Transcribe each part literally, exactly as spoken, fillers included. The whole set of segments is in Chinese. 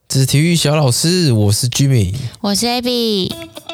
这是体育小老师，我是 Jimmy， 我是 Abby。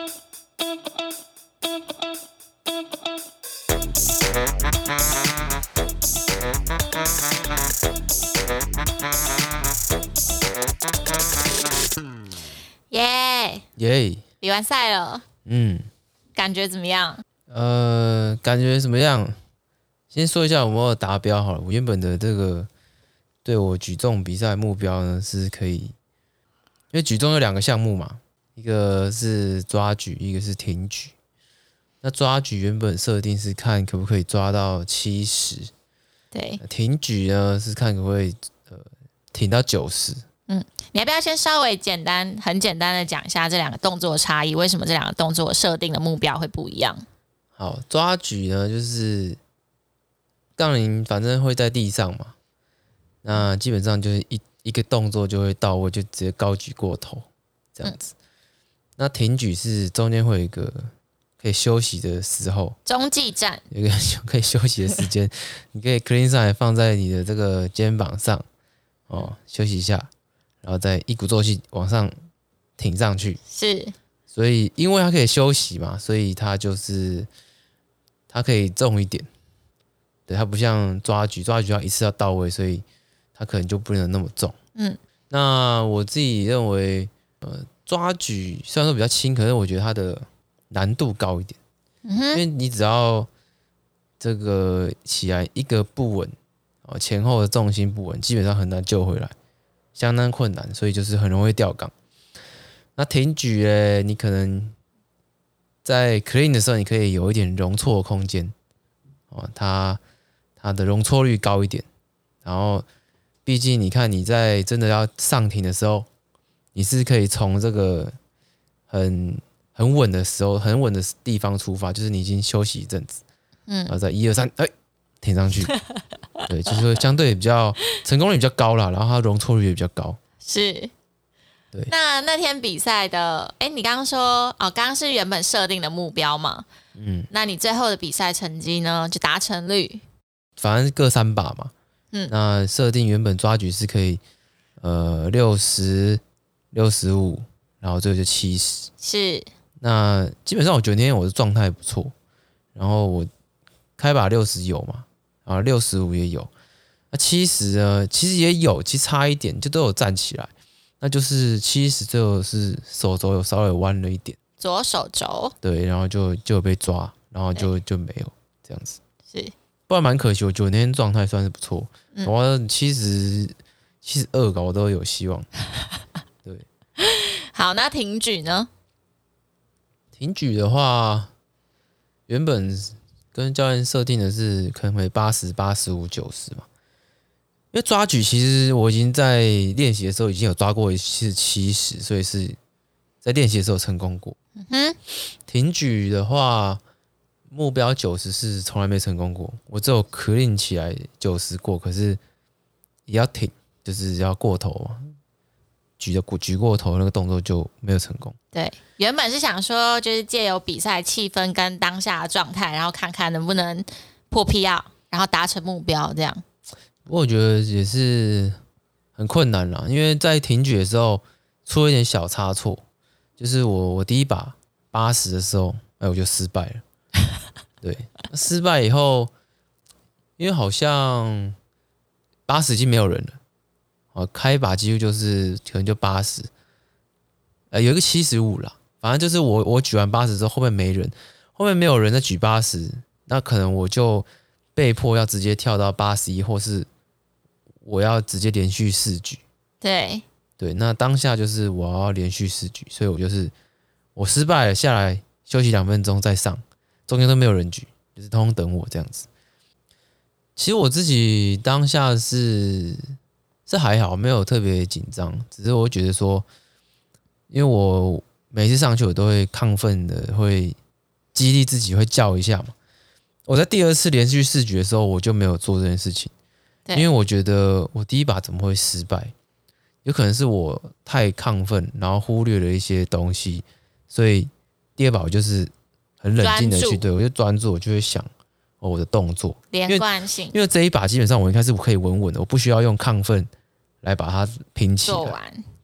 耶耶， 比完赛了， 嗯， 感觉怎么样？ 呃，感觉怎么样？先说一下有没有达标好了。我原本的这个对我举重比赛目标呢是可以，因为举重有两个项目嘛，一个是抓举，一个是挺举。那抓举原本设定是看可不可以抓到七十， 对， 挺举呢是看可不可以呃挺到九十。 嗯，你要不要先稍微简单、很简单的讲一下这两个动作的差异？为什么这两个动作设定的目标会不一样？ 好，抓举呢就是杠铃反正会在地上嘛，那基本上就是一一个动作就会到位，就直接高举过头这样子。嗯、那挺举是中间会有一个可以休息的时候， 中继站有一个可以休息的时间，你可以 clean 上来放在你的这个肩膀上哦，休息一下，然后再一鼓作气往上挺上去。 是， 所以因为它可以休息嘛，所以它就是它可以重一点。对，它不像抓举，抓举要一次要到位，所以它可能就不能那么重。嗯，那我自己认为，呃，抓举虽然说比较轻，可是我觉得它的难度高一点。嗯哼，因为你只要这个起来一个不稳，哦，前后的重心不稳，基本上很难救回来，相当困难，所以就是很容易掉杠。那挺举呢，你可能在 clean 的时候，你可以有一点容错空间，哦，它它的容错率高一点。然后，毕竟你看你在真的要上挺的时候，你是可以从这个很很稳的时候、很稳的地方出发，就是你已经休息一阵子，嗯，然后在一二三，哎，挺上去，对，就是相对比较成功率比较高啦，然后它容错率也比较高， 是。 对， 那那天比赛的，哎，你刚刚说哦，刚刚是原本设定的目标嘛？嗯，那你最后的比赛成绩呢？就达成率， 反正各三把嘛。嗯，那设定原本抓举是可以，呃，六十、六十五，然后最后就七十。 是。 那基本上我觉得那天我的状态不错，然后我开把六十有嘛，啊，六十五也有，那七十呢，其实也有，其实差一点，就都有站起来。那就是七十最后是手肘有稍微弯了一点， 左手肘， 对，然后就就有被抓，然后就就没有这样子， 是， 不然蛮可惜。我觉得那天状态算是不错，嗯、我七十七十二搞我都有希望。对， 好，那挺举呢？ 挺举的话，原本跟教练设定的是可能会八十、八十五、九十嘛。因为抓举其实我已经在练习的时候已经有抓过一次七十，所以是在练习的时候成功过。嗯哼，挺举的话，目标九十是从来没成功过，我只有 clean 起来九十过，可是也要挺，就是要过头嘛，举的举过头那个动作就没有成功。 对，原本是想说就是借由比赛气氛跟当下的状态，然后看看能不能破 P R， 然后达成目标这样。 不过我觉得也是很困难啦，因为在挺举的时候出了一点小差错，就是我我第一把八十的时候，哎，我就失败了。对，失败以后，因为好像八十已经没有人了，哦，开一把几乎就是可能就八十，呃，有一个七十五啦，反正就是我我举完八十之后，后面没人，后面没有人再举八十，那可能我就被迫要直接跳到八十一，或是我要直接连续四举， 对对，那当下就是我要连续四举，所以我就是我失败了，下来休息两分钟再上，中间都没有人举，就是通通等我这样子。其实我自己当下是是还好，没有特别紧张，只是我觉得说，因为我每次上去我都会亢奋的，会激励自己，会叫一下嘛。我在第二次连续四举的时候，我就没有做这件事情。因为我觉得我第一把怎么会失败？有可能是我太亢奋，然后忽略了一些东西，所以第二把我就是很冷静的去，对，我就专注，我就会想哦我的动作连贯性， 因为这一把基本上我应该是可以稳稳的，我不需要用亢奋来把它拼起来。 做完，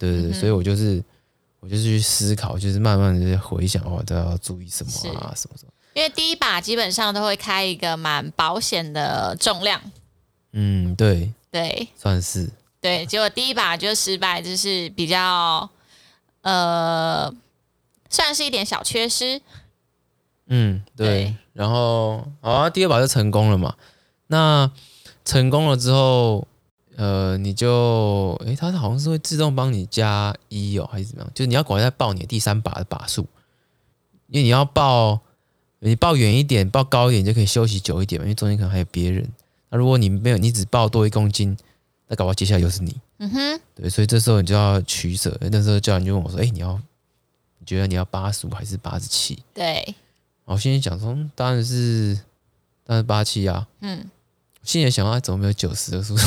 对对对，嗯、所以我就是我就是去思考，就是慢慢的回想哦，都要注意什么啊，什么什么。 因为第一把基本上都会开一个蛮保险的重量。 嗯，对对， 算是对。结果第一把就失败，就是比较呃，算是一点小缺失。 嗯，对。对然后好啊，第二把就成功了嘛。那成功了之后，呃，你就诶，它好像是会自动帮你加一哦，还是怎么样？就是你要赶快再报你的第三把的把数，因为你要报你报远一点，报高一点就可以休息久一点嘛，因为中间可能还有别人。那如果你没有，你只报多一公斤，那搞不好接下来又是你。嗯哼，对，所以这时候你就要取舍。那时候教练就问我说：“哎、欸，你要你觉得你要八十五还是八十七？” 对， 然后我心里想说，当然是当然是八七啊。嗯，我心里想到怎么没有九十的数？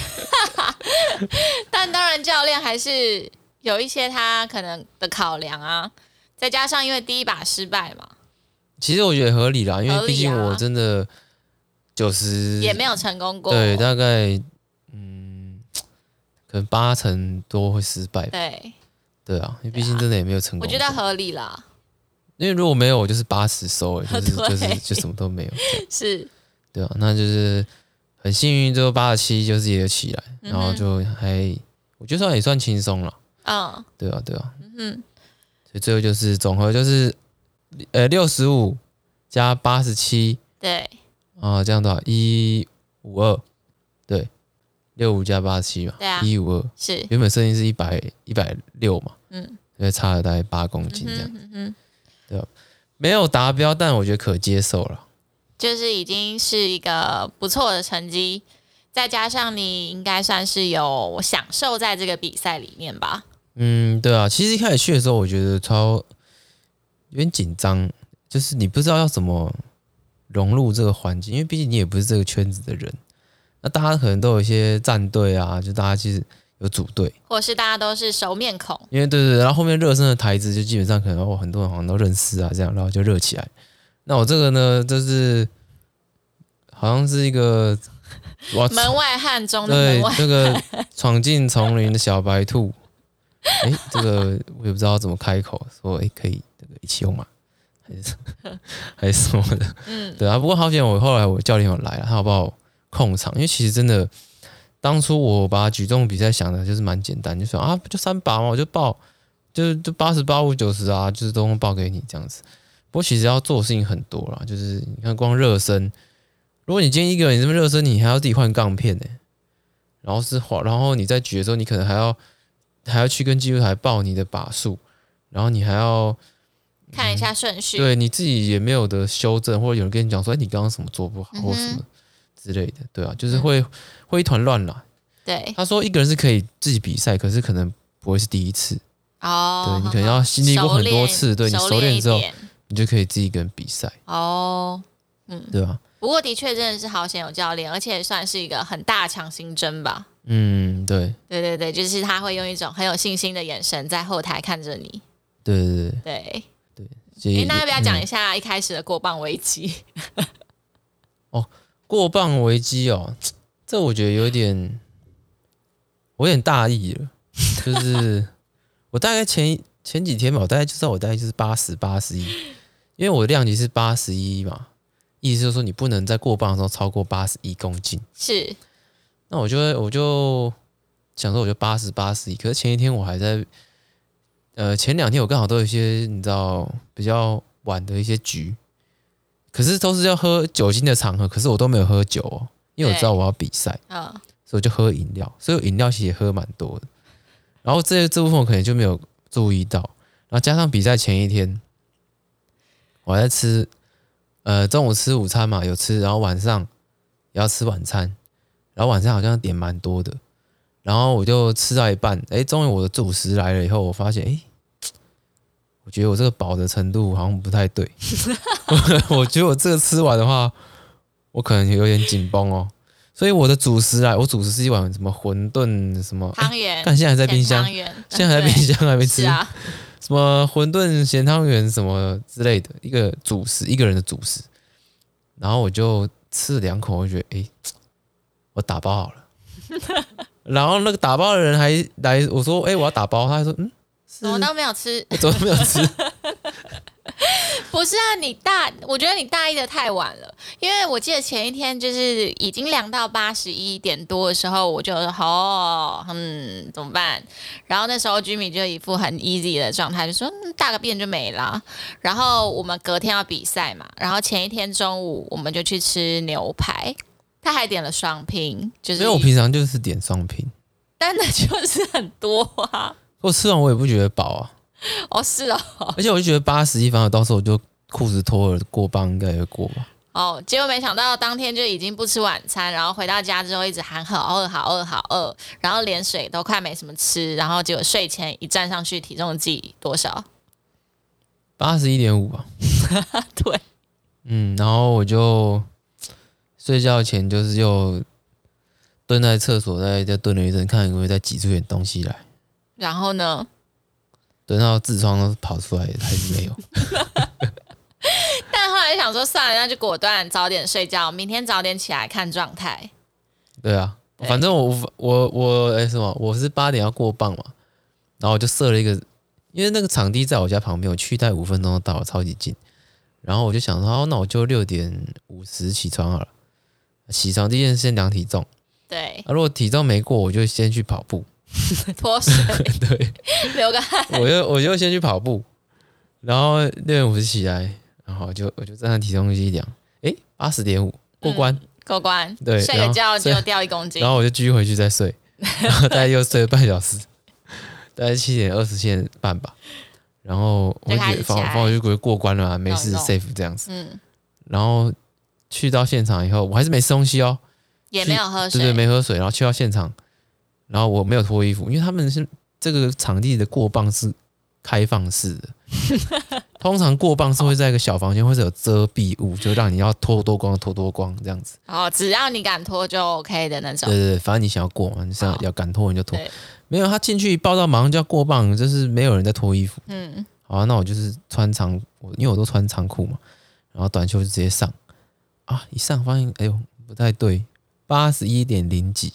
但当然，教练还是有一些他可能的考量啊，再加上因为第一把失败嘛。 其实我觉得合理啦，因为毕竟我真的。九十也没有成功过， 对，大概嗯，可能八成多会失败。 对， 对啊，因为毕竟真的也没有成功。 我觉得合理啦。 因为如果没有，我就是八十收，哎，就是就是就什么都没有。 是， 对啊，那就是很幸运，最后八十七就是也有起来，嗯、然后就还我觉得算也算轻松了。嗯，对啊，对啊，嗯，所以最后就是总和就是呃六十五加八十七， 对。 啊，这样的话一五二，对，六五加八七嘛， 对啊， 一五二是原本设定是一百一百六嘛，嗯，所以差了大概八公斤这样，嗯嗯，对吧？没有达标，但我觉得可接受了， 就是已经是一个不错的成绩，再加上你应该算是有享受在这个比赛里面吧？ 嗯，对啊，其实一开始去的时候，我觉得超有点紧张，就是你不知道要怎么。融入这个环境，因为毕竟你也不是这个圈子的人，那大家可能都有一些战队啊，就大家其实有组队， 或是大家都是熟面孔， 因为对对对，然后后面热身的台子就基本上可能哦很多人好像都认识啊，这样然后就热起来。那我这个呢，就是好像是一个门外汉中的门外汉， 对这个闯进丛林的小白兔，哎，这个我也不知道怎么开口说，哎，可以这个一起用嘛。还是还是什么的，嗯，对啊。不过好险，我后来我教练有来了，他有帮我控场。因为其实真的，当初我把举重比赛想的就是蛮简单，就说啊，就三把嘛，我就报，就就八十八五九十啊，就是都报给你这样子。不过其实要做的事情很多啦，就是你看光热身，如果你今天一个人这么热身，你还要自己换杠片呢、欸，然后是然后你在举的时候，你可能还要还要去跟技术台报你的把数，然后你还要。 看一下顺序、 嗯，对你自己也没有的修正，或者有人跟你讲说，哎，你刚刚什么做不好，或什么之类的，对啊，就是会、嗯、会一团乱啦。 对， 他说一个人是可以自己比赛，可是可能不会是第一次哦。对你可能要经历过很多次，对你熟练之后，你就可以自己一个人比赛哦。嗯，对吧、啊？ 不过的确真的是好险有教练，而且算是一个很大强心针吧。 嗯，对， 对对对，就是他会用一种很有信心的眼神在后台看着你。 对对对。 对。欸、那要不要讲一下一开始的过磅危机、嗯？ 哦，过磅危机哦，这我觉得有点，我有点大意了。就是我大概前前几天吧，我大概就知道我大概就是八十八十一，因为我的量级是八十一嘛，意思就是说你不能在过磅的时候超过八十一公斤。 是， 那我就我就想说我就八十八十一，可是前一天我还在。呃，前两天我刚好都有一些你知道比较晚的一些局，可是都是要喝酒精的场合，可是我都没有喝酒哦，因为我知道我要比赛，嗯，所以我就喝饮料，所以饮料其实也喝蛮多的。然后这这部分我可能就没有注意到，然后加上比赛前一天，我还在吃，呃，中午吃午餐嘛，有吃，然后晚上也要吃晚餐，然后晚上好像点蛮多的。然后我就吃到一半，哎，终于我的主食来了以后，我发现，哎，我觉得我这个饱的程度好像不太对。我觉得我这个吃完的话，我可能有点紧绷哦。所以我的主食啊，我主食是一碗什么馄饨什么汤圆， 但现在还在冰箱，现在还在冰箱还没吃。 啊、 什么馄饨咸汤圆什么之类的，一个主食，一个人的主食。然后我就吃了两口，我就觉得，哎，我打包好了。 然后那个打包的人还来，我说：“哎、欸，我要打包。”他还说：“嗯， 怎么都没有吃？ 我怎么没有吃？” 不是啊，你大，我觉得你大一的太晚了，因为我记得前一天就是已经量到八十一点多的时候，我就说哦，嗯，怎么办？然后那时候居民就一副很 easy 的状态，就说、嗯、大个便就没了。然后我们隔天要比赛嘛，然后前一天中午我们就去吃牛排，他还点了双拼，就是因为我平常就是点双拼， 但那就是很多啊。 我吃完我也不觉得饱啊。 哦，是哦， 而且我就觉得八十一，反正到时候我就裤子脱了过磅应该也会过吧。 哦，结果没想到当天就已经不吃晚餐，然后回到家之后一直喊好饿好饿好饿，然后连水都快没什么吃，然后结果睡前一站上去体重计多少？ 八十一点五吧。 对， 嗯，然后我就睡觉前就是又蹲在厕所再再蹲了一阵，看有没有再挤出点东西来。 然后呢？ 等到痔疮都跑出来还是没有。 但后来想说算了，那就果断早点睡觉，明天早点起来看状态。 对啊，对反正我我我哎、欸、什么，我是八点要过磅嘛，然后我就设了一个，因为那个场地在我家旁边，我去大概五分钟就到了，超级近。然后我就想说，哦，那我就六点五十起床好了。起床第一件事先量体重， 对， 啊，如果体重没过，我就先去跑步。 脱水， 对， 流个汗， 我就我就先去跑步，然后六点五十起来，然后就我就站在体重机量，哎，八十点五过关、 嗯，过关， 对， 睡个觉就掉一公斤， 然后我就继续回去再睡，然后大概又睡了半小时，大概七点二十七点半吧，然后我就觉得反反我就觉得过关了、啊，没事 safe 这样子，嗯，然后去到现场以后，我还是没吃东西哦， 也没有喝水， 对对，没喝水，然后去到现场。然后我没有脱衣服，因为他们是这个场地的过磅是开放式的，通常过磅是会在一个小房间，会是有遮蔽物，就让你要脱多光脱多光这样子。 哦，只要你敢脱就 OK 的那种。 对对对，反正你想要过嘛，你想要敢脱你就脱。没有，他进去一报到马上就要过磅，就是没有人在脱衣服。嗯，好、啊，那我就是穿长，因为我都穿长裤嘛，然后短袖就直接上啊，一上发现哎呦不太对。八十一点零几，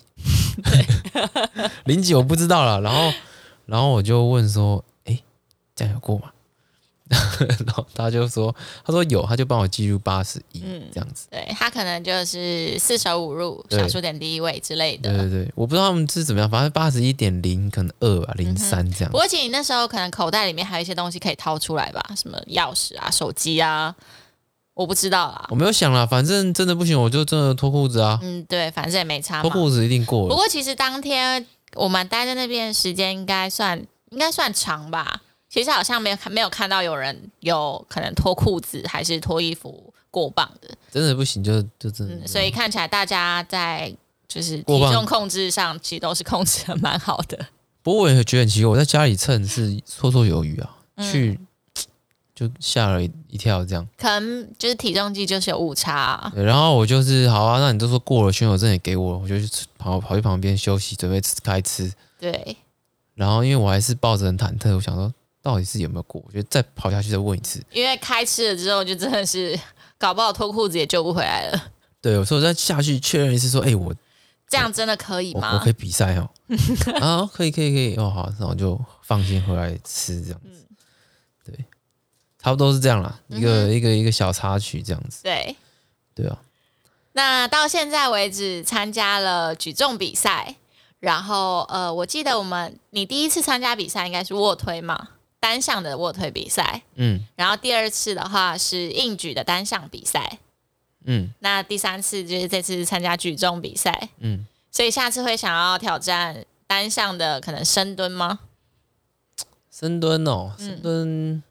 零几我不知道了。然后，然后我就问说：“哎、欸，这样有过吗？”然后他就说：“他说有，他就帮我记录八十一这样子。 对他可能就是四舍五入，小数点第一位之类的。 对对对，我不知道他们是怎么样，反正八十一点零可能二吧，零三这样、嗯。 不过其实你那时候可能口袋里面还有一些东西可以掏出来吧，什么钥匙啊、手机啊。”我不知道啦， 我没有想啦，反正真的不行，我就真的脱裤子啊。 嗯，对，反正也没差嘛。 脱裤子一定过了。 不过其实当天我们待在那边时间应该算应该算长吧。其实好像没有没有看到有人有可能脱裤子还是脱衣服过磅的。 真的不行就就真的、 嗯。所以看起来大家在就是体重控制上其实都是控制的蛮好的。 不过我也觉得很奇怪，我在家里称是绰绰有余啊，嗯、去。就吓了一跳，这样可能就是体重计就是有误差、啊。 然后我就是好啊，那你都说过了，选手证也给我，我就去跑跑去旁边休息，准备吃开吃。 对。 然后因为我还是抱着很忐忑，我想说到底是有没有过，我觉得再跑下去再问一次。 因为开吃了之后，就真的是搞不好脱裤子也救不回来了。 对，所以我再下去确认一次，说，哎、欸，我这样真的可以吗？ 我, 我可以比赛哦。啊，可以可以可以，哦好，那我就放心回来吃这样子。嗯对，差不多是这样啦，一个、嗯、一个一个小插曲这样子。 对， 对啊。 那到现在为止，参加了举重比赛，然后呃，我记得我们你第一次参加比赛应该是卧推嘛，单项的卧推比赛。嗯。然后第二次的话是硬举的单项比赛。嗯。那第三次就是这次参加举重比赛。嗯。所以下次会想要挑战单项的可能深蹲吗？ 深蹲哦，深蹲，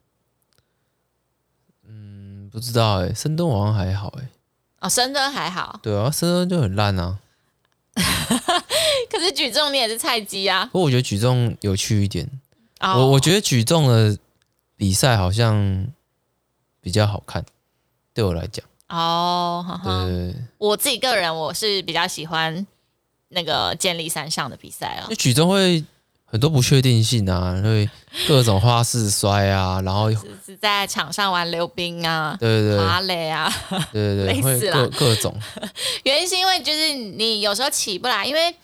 嗯，不知道哎、欸，深蹲好像还好哎、欸。 哦，深蹲还好。 对啊，深蹲就很烂啊。 可是举重你也是菜鸡啊。 不过我觉得举重有趣一点。哦、我我觉得举重的比赛好像比较好看，对我来讲。 哦，呵呵对对对。 我自己个人我是比较喜欢那个健力三项的比赛啊。 因为举重会很多不确定性啊，会各种花式摔啊，然后是在场上玩溜冰啊， 对对对， 滑垒啊， 对对对， 类似啦， 各各种。 原因是因为就是你有时候起不来，因为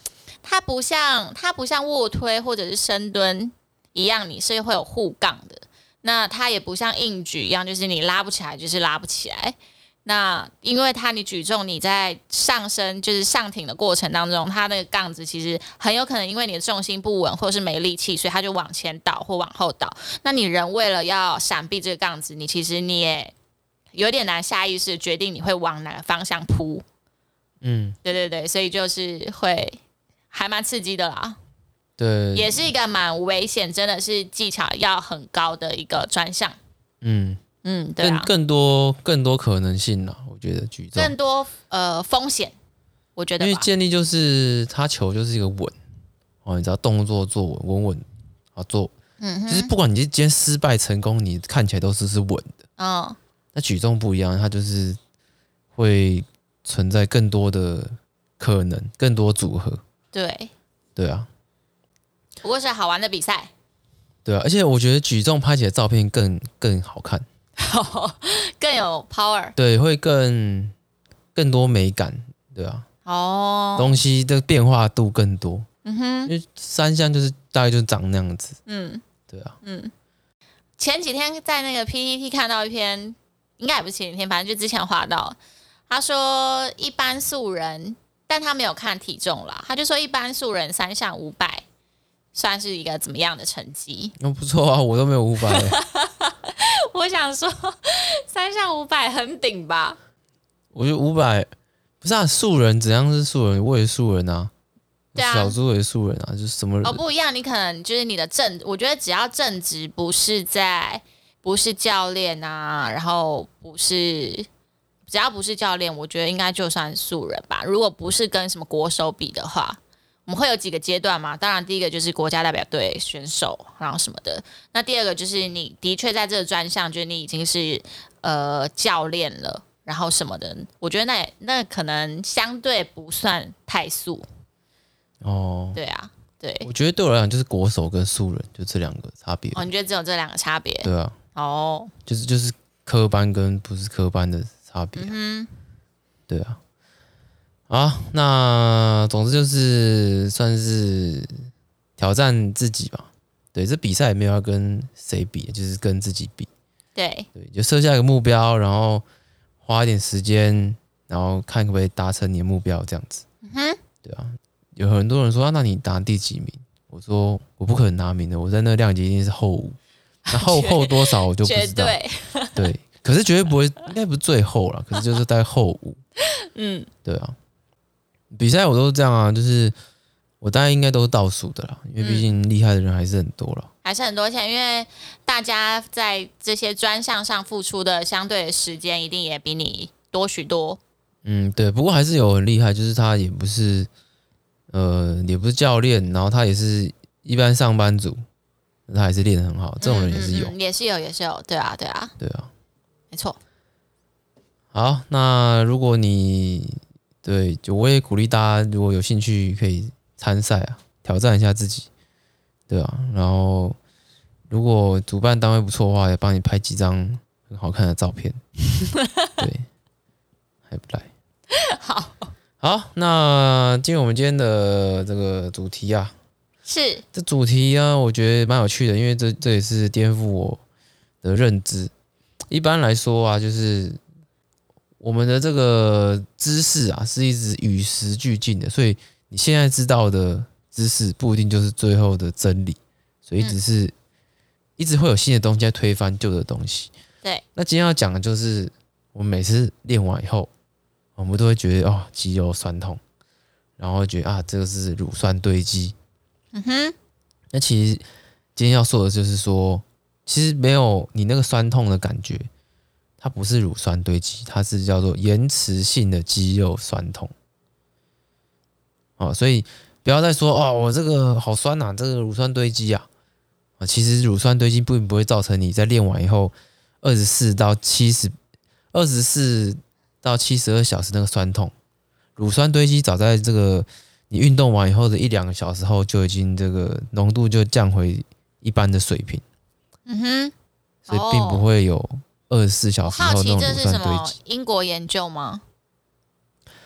它不像它不像卧推或者是深蹲一样，你是会有护杠的。那它也不像硬举一样，就是你拉不起来就是拉不起来。那因为它你举重你在上升就是上挺的过程当中，它那个杠子其实很有可能因为你的重心不稳或者是没力气，所以它就往前倒或往后倒。那你人为了要闪避这个杠子，你其实你也有点难下意识决定你会往哪个方向扑。嗯，对对对，所以就是会还蛮刺激的啦。 对， 也是一个蛮危险，真的是技巧要很高的一个专项。嗯嗯，对啊， 更更多更多可能性啦，我觉得举重更多呃风险，我觉得吧， 因为建立就是他球就是一个稳哦，你知道动作做稳稳稳啊做，嗯哼，就是不管你今天失败成功，你看起来都是是稳的。哦，那举重不一样，它就是会存在更多的可能，更多组合。 对对啊。 不过是好玩的比赛， 对啊，而且我觉得举重拍起来照片更更好看， 更有 power， 对，会更更多美感，对啊，哦，东西的变化度更多，嗯哼，因为三项就是大概就是长那样子，嗯，对啊，嗯， 前几天在那个 P T T 看到一篇，应该也不是前几天，反正就之前滑到，他说一般素人，但他没有看体重啦，他就说一般素人三项五百。算是一个怎么样的成绩？ 哦，不错啊，我都没有五百。 我想说，三项五百很顶吧？ 我觉得五百不是啊，素人怎样是素人？我也是素人啊， 对啊， 小猪也是素人啊，就是什么人哦不一样。你可能就是你的正，我觉得只要正职不是在，不是教练啊，然后不是，只要不是教练，我觉得应该就算素人吧。如果不是跟什么国手比的话。我们会有几个阶段嘛？当然，第一个就是国家代表队选手，然后什么的。那第二个就是你的确在这个专项，就是你已经是呃教练了，然后什么的。我觉得那那可能相对不算太素。哦，对啊，对。 我觉得对我来讲就是国手跟素人就这两个差别。 哦，你觉得只有这两个差别？ 对啊。哦。就是就是科班跟不是科班的差别。嗯。对啊。好，那总之就是算是挑战自己吧。对，这比赛也没有要跟谁比，就是跟自己比。 对， 对，就设下一个目标，然后花一点时间，然后看可不可以达成你的目标，这样子。嗯哼，对啊，有很多人说，啊、那你拿第几名？我说我不可能拿名的，我在那个量级一定是后五，那后后多少我就不知道。 对， 对，可是绝对不会，应该不是最后啦，可是就是在后五。嗯，对啊。比赛我都是这样啊，就是我大概应该都是倒数的啦，因为毕竟厉害的人还是很多啦、嗯、 还是很多钱，因为大家在这些专项上付出的相对的时间一定也比你多许多。 嗯，对，不过还是有很厉害，就是他也不是呃也不是教练，然后他也是一般上班族，他还是练得很好，这种人也是有， 嗯嗯嗯也是有，也是有，对啊，对啊， 对啊， 没错。 好，那如果你对，就我也鼓励大家，如果有兴趣可以参赛啊，挑战一下自己，对啊。然后，如果主办单位不错的话，也帮你拍几张很好看的照片。对，还不赖。 好， 好，那进入我们今天的这个主题啊， 是这主题啊，我觉得蛮有趣的，因为这这也是颠覆我的认知。一般来说啊，就是我们的这个知识啊，是一直与时俱进的，所以你现在知道的知识不一定就是最后的真理，所以只是、嗯、一直会有新的东西在推翻旧的东西。 对， 那今天要讲的就是，我们每次练完以后，我们都会觉得哦肌肉酸痛，然后会觉得啊这个是乳酸堆积。嗯哼，那其实今天要说的就是说，其实没有你那个酸痛的感觉。它不是乳酸堆积，它是叫做延迟性的肌肉酸痛。哦，所以不要再说哦，我这个好酸呐、啊，这个乳酸堆积啊。啊，其实乳酸堆积并不会造成你在练完以后二十四到七十、二十四到七十二小时那个酸痛。乳酸堆积早在这个你运动完以后的一两个小时后就已经这个浓度就降回一般的水平。嗯哼，所以并不会有。二十四小时后那种乳酸堆积， 英国研究吗？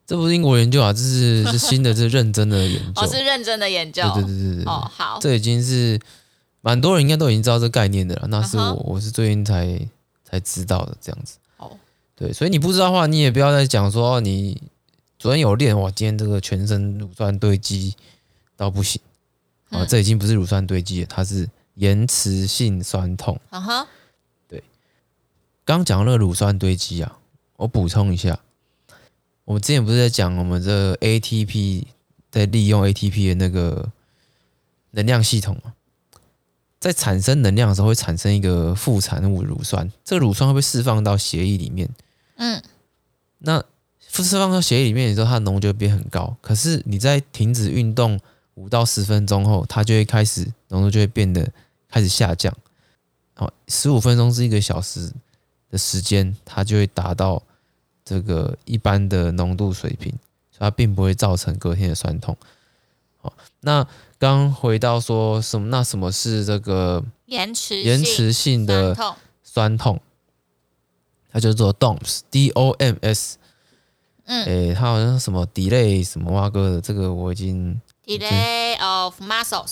这不是英国研究啊，这是是新的，是认真的研究。 哦，是认真的研究。 对对对对对。 哦，好， 这已经是蛮多人应该都已经知道这概念的了，那是我、uh huh. 我是最近才才知道的这样子。 哦， 对，所以你不知道的话，你也不要再讲说、哦、你昨天有练哇，今天这个全身乳酸堆积到不行啊、嗯，这已经不是乳酸堆积了，它是延迟性酸痛。 嗯哼， 对，刚讲那个乳酸堆积啊，我补充一下。我们之前不是在讲我们这 A T P 在利用 A T P 的那个能量系统嘛，在产生能量的时候会产生一个副产物乳酸，这个乳酸会被释放到血液里面。嗯，那释放到血液里面的时候，它的浓度就会变很高。可是你在停止运动五到十分钟后，它就会开始浓度就会变得开始下降。好，十五分钟至一个小时的时间，它就会达到这个一般的浓度水平，所以它并不会造成隔天的酸痛。好，那刚回到说什么？那什么是这个延迟延迟性的酸痛？ 酸痛它叫做 D O M S，D O M S。嗯，诶，它好像是什么 delay 什么蛙哥的，这个我已经 delay of muscles。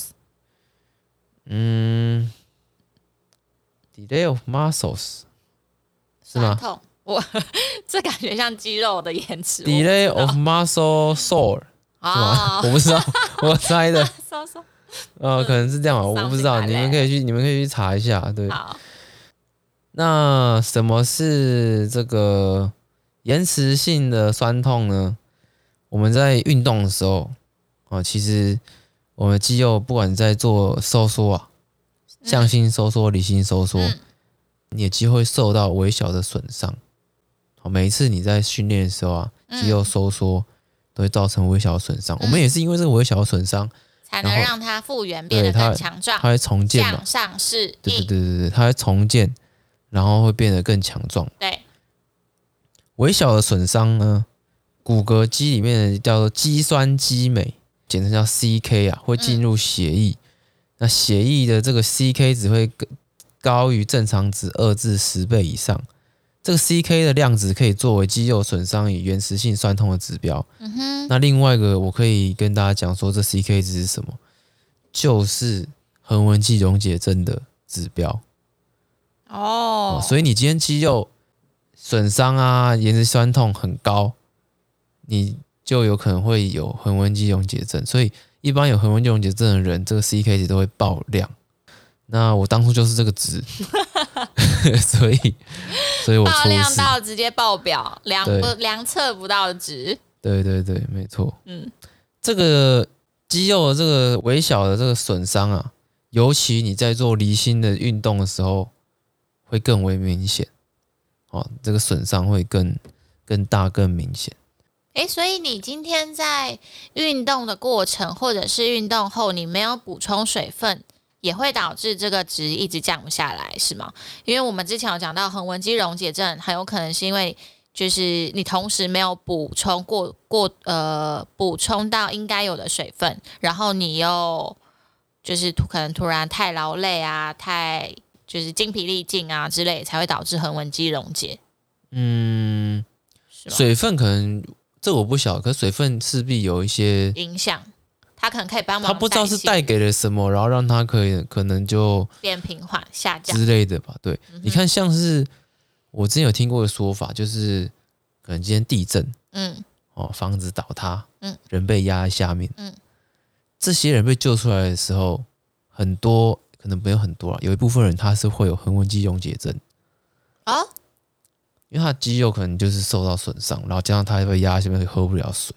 嗯 ，delay of muscles 是吗？ 酸痛。我这感觉像肌肉的延迟。 Delay of muscle sore 是吗？我不知道，我猜的。呃，可能是这样吧，我不知道，你们可以去，你们可以去查一下。对。 好。 那什么是这个延迟性的酸痛呢？我们在运动的时候，啊，其实我们肌肉不管在做收缩啊，向心收缩、离心收缩，嗯、你的肌肉会受到微小的损伤。每一次你在训练的时候啊，肌肉收缩都会造成微小的损伤。嗯、我们也是因为这个微小的损伤， 才能让它复原变得更强壮。 它会重建嘛？ 向上示意。 对对对对对，它会重建，然后会变得更强壮。 对， 微小的损伤呢，骨骼肌里面的叫做肌酸激酶，简称叫 C K 啊，会进入血液。嗯、那血液的这个 C K 值会高于正常值二至十倍以上。这个 C K 的量值可以作为肌肉损伤与延迟性酸痛的指标。嗯哼。那另外一个，我可以跟大家讲说，这 C K 值是什么？就是横纹肌溶解症的指标。哦。所以你今天肌肉损伤啊，延迟酸痛很高，你就有可能会有横纹肌溶解症。所以一般有横纹肌溶解症的人，这个 C K 值都会爆量。那我当初就是这个值。所以，所以我爆量到直接爆表，量不量测不到值。 对对对，没错。嗯，这个肌肉的这个微小的这个损伤啊，尤其你在做离心的运动的时候，会更为明显。哦，这个损伤会更更大、更明显。 哎，所以你今天在运动的过程，或者是运动后，你没有补充水分，也会导致这个值一直降不下来，是吗？因为我们之前有讲到横纹肌溶解症，很有可能是因为就是你同时没有补充过过呃补充到应该有的水分，然后你又就是可能突然太劳累啊，太就是精疲力尽啊之类，才会导致横纹肌溶解。 嗯，水分可能这我不晓得，可是水分势必有一些影响。它可能可以帮忙， 他不知道是带给了什么，然后让它可以可能就变平缓下降之类的吧。对，嗯、你看，像是我之前有听过的说法，就是可能今天地震，嗯，哦，房子倒塌，嗯，人被压在下面，嗯，这些人被救出来的时候，很多可能没有很多啦，有一部分人他是会有横纹肌溶解症啊，因为他的肌肉可能就是受到损伤，然后加上他被压在下面，喝不了水。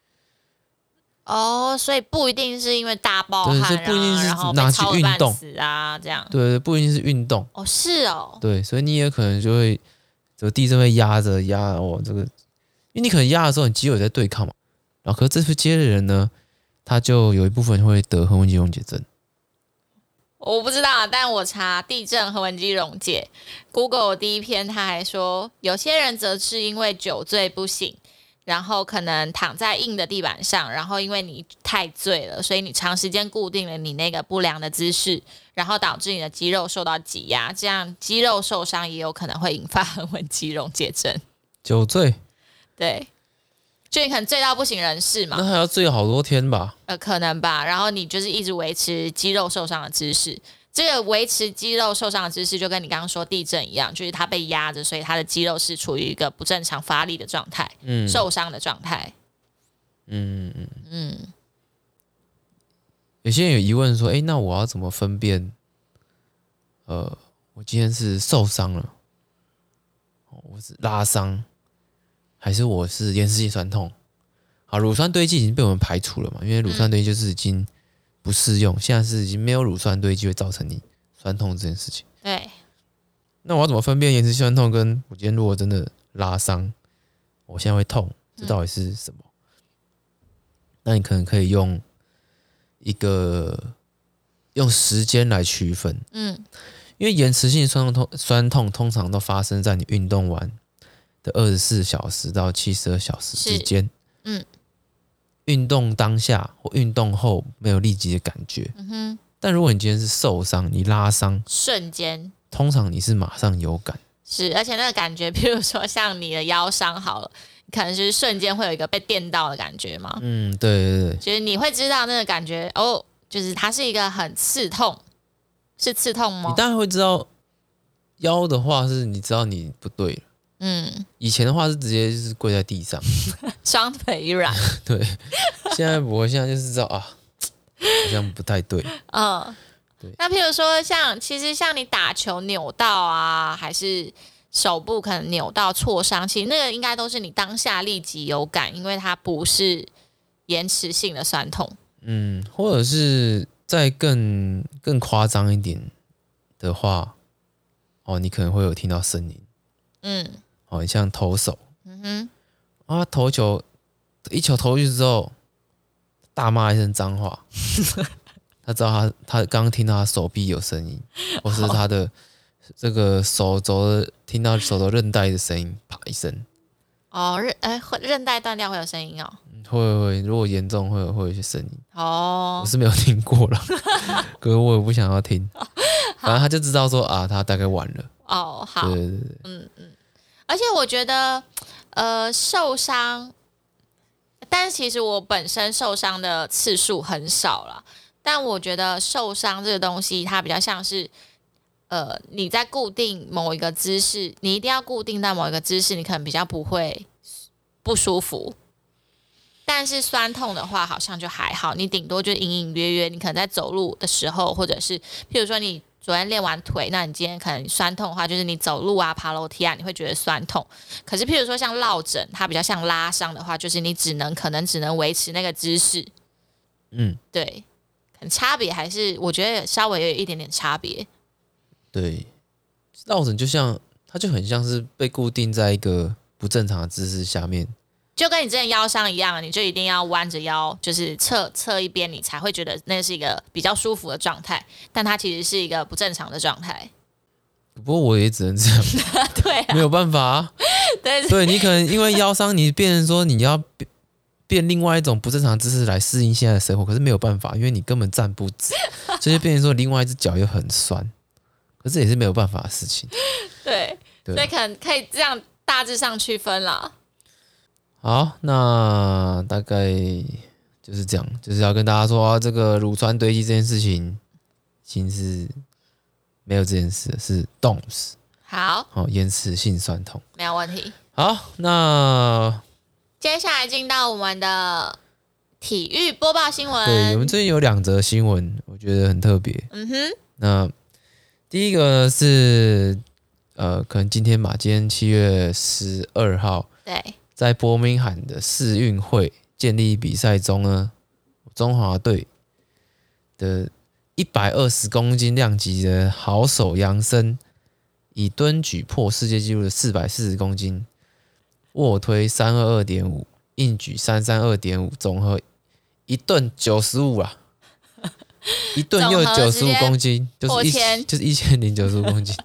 哦，所以不一定是因为大爆汗、啊， 对，不一定是拿去运动啊，这样。 对，不一定是运动。 哦，是哦。 对，所以你也可能就会这个地震会压着压哦，这个，因为你可能压的时候，你肌肉也在对抗嘛。然后，可是这次接的人呢，他就有一部分会得横纹肌溶解症。 我不知道，但我查地震横纹肌溶解 ，Google 第一篇他还说，有些人则是因为酒醉不醒。然后可能躺在硬的地板上，然后因为你太醉了，所以你长时间固定了你那个不良的姿势，然后导致你的肌肉受到挤压，这样肌肉受伤也有可能会引发横纹肌溶解症。 酒醉， 对， 就你可能醉到不省人事嘛， 那还要醉好多天吧？ 呃，可能吧。然后你就是一直维持肌肉受伤的姿势，这个维持肌肉受伤的姿势就跟你刚刚说地震一样，就是它被压着，所以它的肌肉是处于一个不正常发力的状态，嗯，受伤的状态。 嗯嗯嗯。有些人有疑问说，哎，那我要怎么分辨？呃，我今天是受伤了，我是拉伤，还是我是延迟性酸痛？好，乳酸堆积已经被我们排除了嘛，因为乳酸堆积就是已经不适用，嗯、现在是已经没有乳酸堆积会造成你酸痛这件事情。 对。 那我要怎么分辨延迟性酸痛跟我今天如果真的拉伤，我现在会痛，这到底是什么？嗯、那你可能可以用一个用时间来区分，嗯，因为延迟性酸痛酸痛通常都发生在你运动完的二十四小时到七十二小时之间，嗯，运动当下或运动后没有立即的感觉，嗯哼，但如果你今天是受伤，你拉伤， 瞬间， 通常你是马上有感， 是，而且那个感觉，比如说像你的腰伤好了。可能是瞬间会有一个被电到的感觉嘛？ 嗯，对对对， 就是你会知道那个感觉哦，就是它是一个很刺痛，是刺痛吗？ 你当然会知道，腰的话是你知道你不对了，嗯，以前的话是直接就是跪在地上， 双腿一软， 对，现在不会，现在就是知道啊，好像不太对， 嗯，对。那譬如说像，其实像你打球扭到啊，还是手部可能扭到挫伤，其实那个应该都是你当下立即有感，因为它不是延迟性的酸痛。 嗯，或者是再更更夸张一点的话，哦，你可能会有听到声音，嗯，哦，像投手，嗯哼，啊，投球一球投去之后，大骂一声脏话，他知道他他刚刚听到他手臂有声音，或是他的。这个手肘的听到手肘韧带的声音，啪一声。 哦，韧哎，韧带断掉会有声音哦。 会会会，如果严重会有会有一些声音。 哦， 我是没有听过了，可是我也不想要听。反正他就知道说啊，他大概完了。 哦，好， 对对对， 嗯嗯。而且我觉得，呃，受伤，但其实我本身受伤的次数很少了。但我觉得受伤这个东西，它比较像是。呃，你在固定某一个姿势，你一定要固定到某一个姿势，你可能比较不会不舒服。但是酸痛的话，好像就还好，你顶多就隐隐约约，你可能在走路的时候，或者是譬如说你昨天练完腿，那你今天可能酸痛的话，就是你走路啊、爬楼梯啊，你会觉得酸痛。可是譬如说像落枕，它比较像拉伤的话，就是你只能可能只能维持那个姿势。嗯，对，可能差别还是我觉得稍微有一点点差别。 对，落枕就像它就很像是被固定在一个不正常的姿势下面， 就跟你之前腰伤一样，你就一定要弯着腰，就是侧侧一边，你才会觉得那是一个比较舒服的状态，但它其实是一个不正常的状态。 不过我也只能这样， 对、啊， 没有办法啊。 对， 对你可能因为腰伤，你变成说你要变另外一种不正常的姿势来适应现在的生活，可是没有办法，因为你根本站不直，所以就变成说另外一只脚又很酸。可是也是没有办法的事情， 对，对，所以可能可以这样大致上区分啦。 好，那大概就是这样，就是要跟大家说、啊、这个乳酸堆积这件事情，其实是没有这件事，是动词。 好， 好、哦，延迟性酸痛， 没有问题。 好，那接下来进到我们的体育播报新闻。 对，我们最近有两则新闻，我觉得很特别。嗯哼，那。第一个呢是，呃，可能今天吧，今天七月十二号， 对， 在伯明翰的世运会健力比赛中呢，中华队的一百二十公斤量级的好手杨森，以蹲举破世界纪录的四百四十公斤，卧推三二二点五，硬举三三二点五，总和一吨九十五啊。一吨又九十五公斤，就是一就是一千零九十五公斤，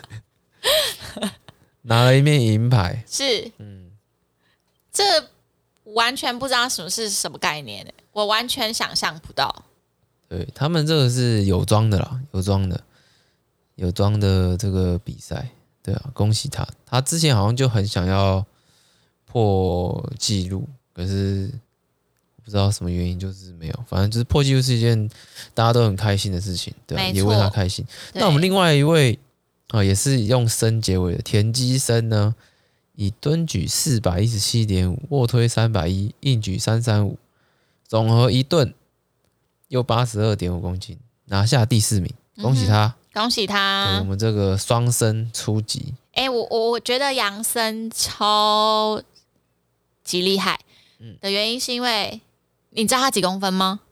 拿了一面银牌。 是，嗯，这完全不知道什么是什么概念，我完全想象不到。 对他们这个是有装的啦，有装的，有装的这个比赛，对啊，恭喜他。他之前好像就很想要破纪录， 可是不知道什么原因就是没有，反正就是破纪录是一件大家都很开心的事情，对、啊，也为他开心。那我们另外一位啊、呃，也是用升结尾的田基生呢，以蹲举 四百一十七点五， 卧推三百一十，硬举三百三十五，总和一吨又 八十二点五公斤，拿下第四名，恭喜他， 嗯、恭喜他！ 我们这个双生初级。 哎、欸，我我我觉得杨森超级厉害的原因是因为，你知道他几公分吗？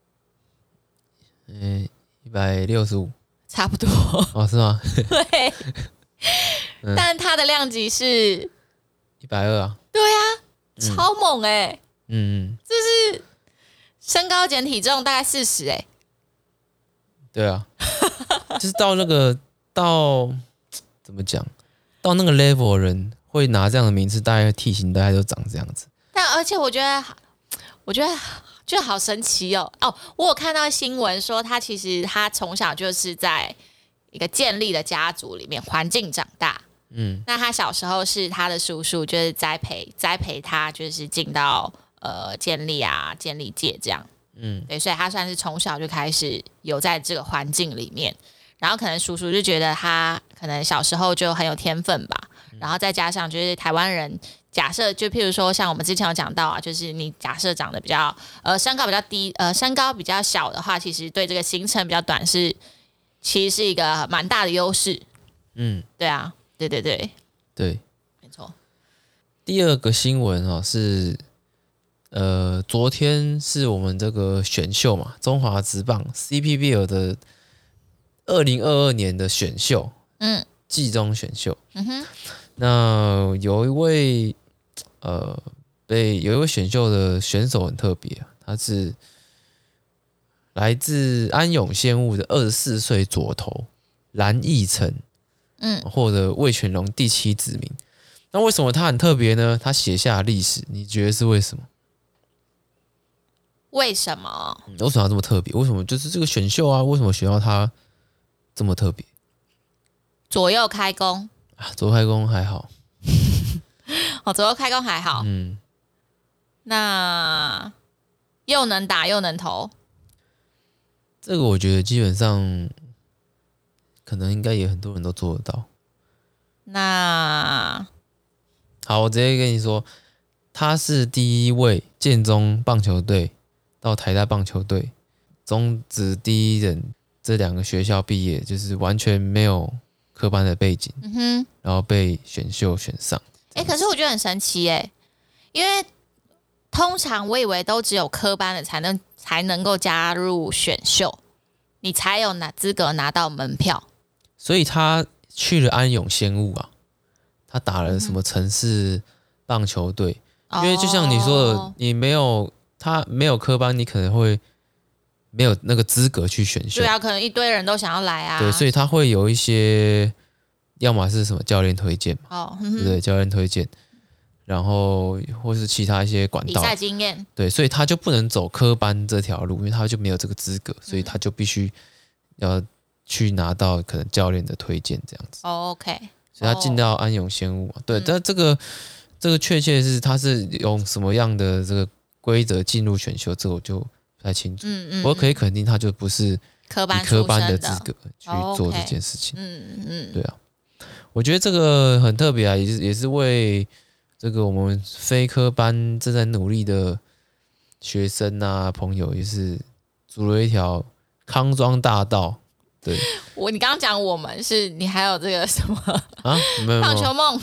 嗯，一百六十五， 差不多。 哦，是吗？ 对，嗯、但他的量级是一百二啊。 对啊，超猛哎、欸！ 嗯， 这是身高减体重大概四十哎。 对啊，就是到那个到怎么讲？到那个 level 的人会拿这样的名次，大概体型大概都长这样子。 但而且我觉得，我觉得就好神奇哦！哦，我有看到新闻说，他其实他从小就是在一个健力的家族里面环境长大。嗯，那他小时候是他的叔叔就是栽培栽培他，就是进到呃健力啊健力界这样。嗯，对，所以他算是从小就开始有在这个环境里面。然后可能叔叔就觉得他可能小时候就很有天分吧，然后再加上就是台湾人，假设就譬如说像我们之前有讲到啊，就是你假设长得比较呃身高比较低，呃身高比较小的话，其实对这个行程比较短是其实是一个蛮大的优势。嗯，对啊，对对对对， 没错。 第二个新闻哦是呃昨天是我们这个选秀嘛，中华职棒 C P B L 的二零二二年的选秀，嗯，季中选秀，嗯哼，那有一位呃被有一位选秀的选手很特别，他是来自安永仙雾的二十四岁左投蓝奕成，嗯，获得味全龙第七指名。那为什么他很特别呢？他写下历史，你觉得是为什么？ 为什么？ 嗯、为什么要这么特别？为什么就是这个选秀啊？为什么选到他这么特别？ 左右开弓啊，左右开弓还好。 哦，左右开弓还好。嗯，那又能打又能投， 这个我觉得基本上可能应该也很多人都做得到。 那好，我直接跟你说，他是第一位建中棒球队到台大棒球队中职第一人，这两个学校毕业，就是完全没有科班的背景，嗯哼，然后被选秀选上。 哎、欸，可是我觉得很神奇哎、欸，因为通常我以为都只有科班的才能才能够加入选秀，你才有拿资格拿到门票。 所以他去了安永仙雾啊，他打了什么城市棒球队、嗯？因为就像你说的，你没有他没有科班，你可能会没有那个资格去选秀。 对啊，可能一堆人都想要来啊。 对，所以他会有一些。要么是什么教练推荐嘛，哦嗯、对不对？教练推荐，然后或是其他一些管道比赛经验， 对，所以他就不能走科班这条路，因为他就没有这个资格，所以他就必须要去拿到可能教练的推荐这样子。 哦、OK， 所以他进到安永仙雾嘛，对，嗯、但这个这个确切是他是用什么样的这个规则进入选秀，这个我就不太清楚。嗯嗯，我可以肯定他就不是科班科班的资格去做这件事情。 哦、嗯嗯， 对啊。我觉得这个很特别啊，也是也是为这个我们非科班正在努力的学生啊朋友，也是筑了一条康庄大道。对， 我你刚刚讲我们是你还有这个什么啊？没有棒球梦，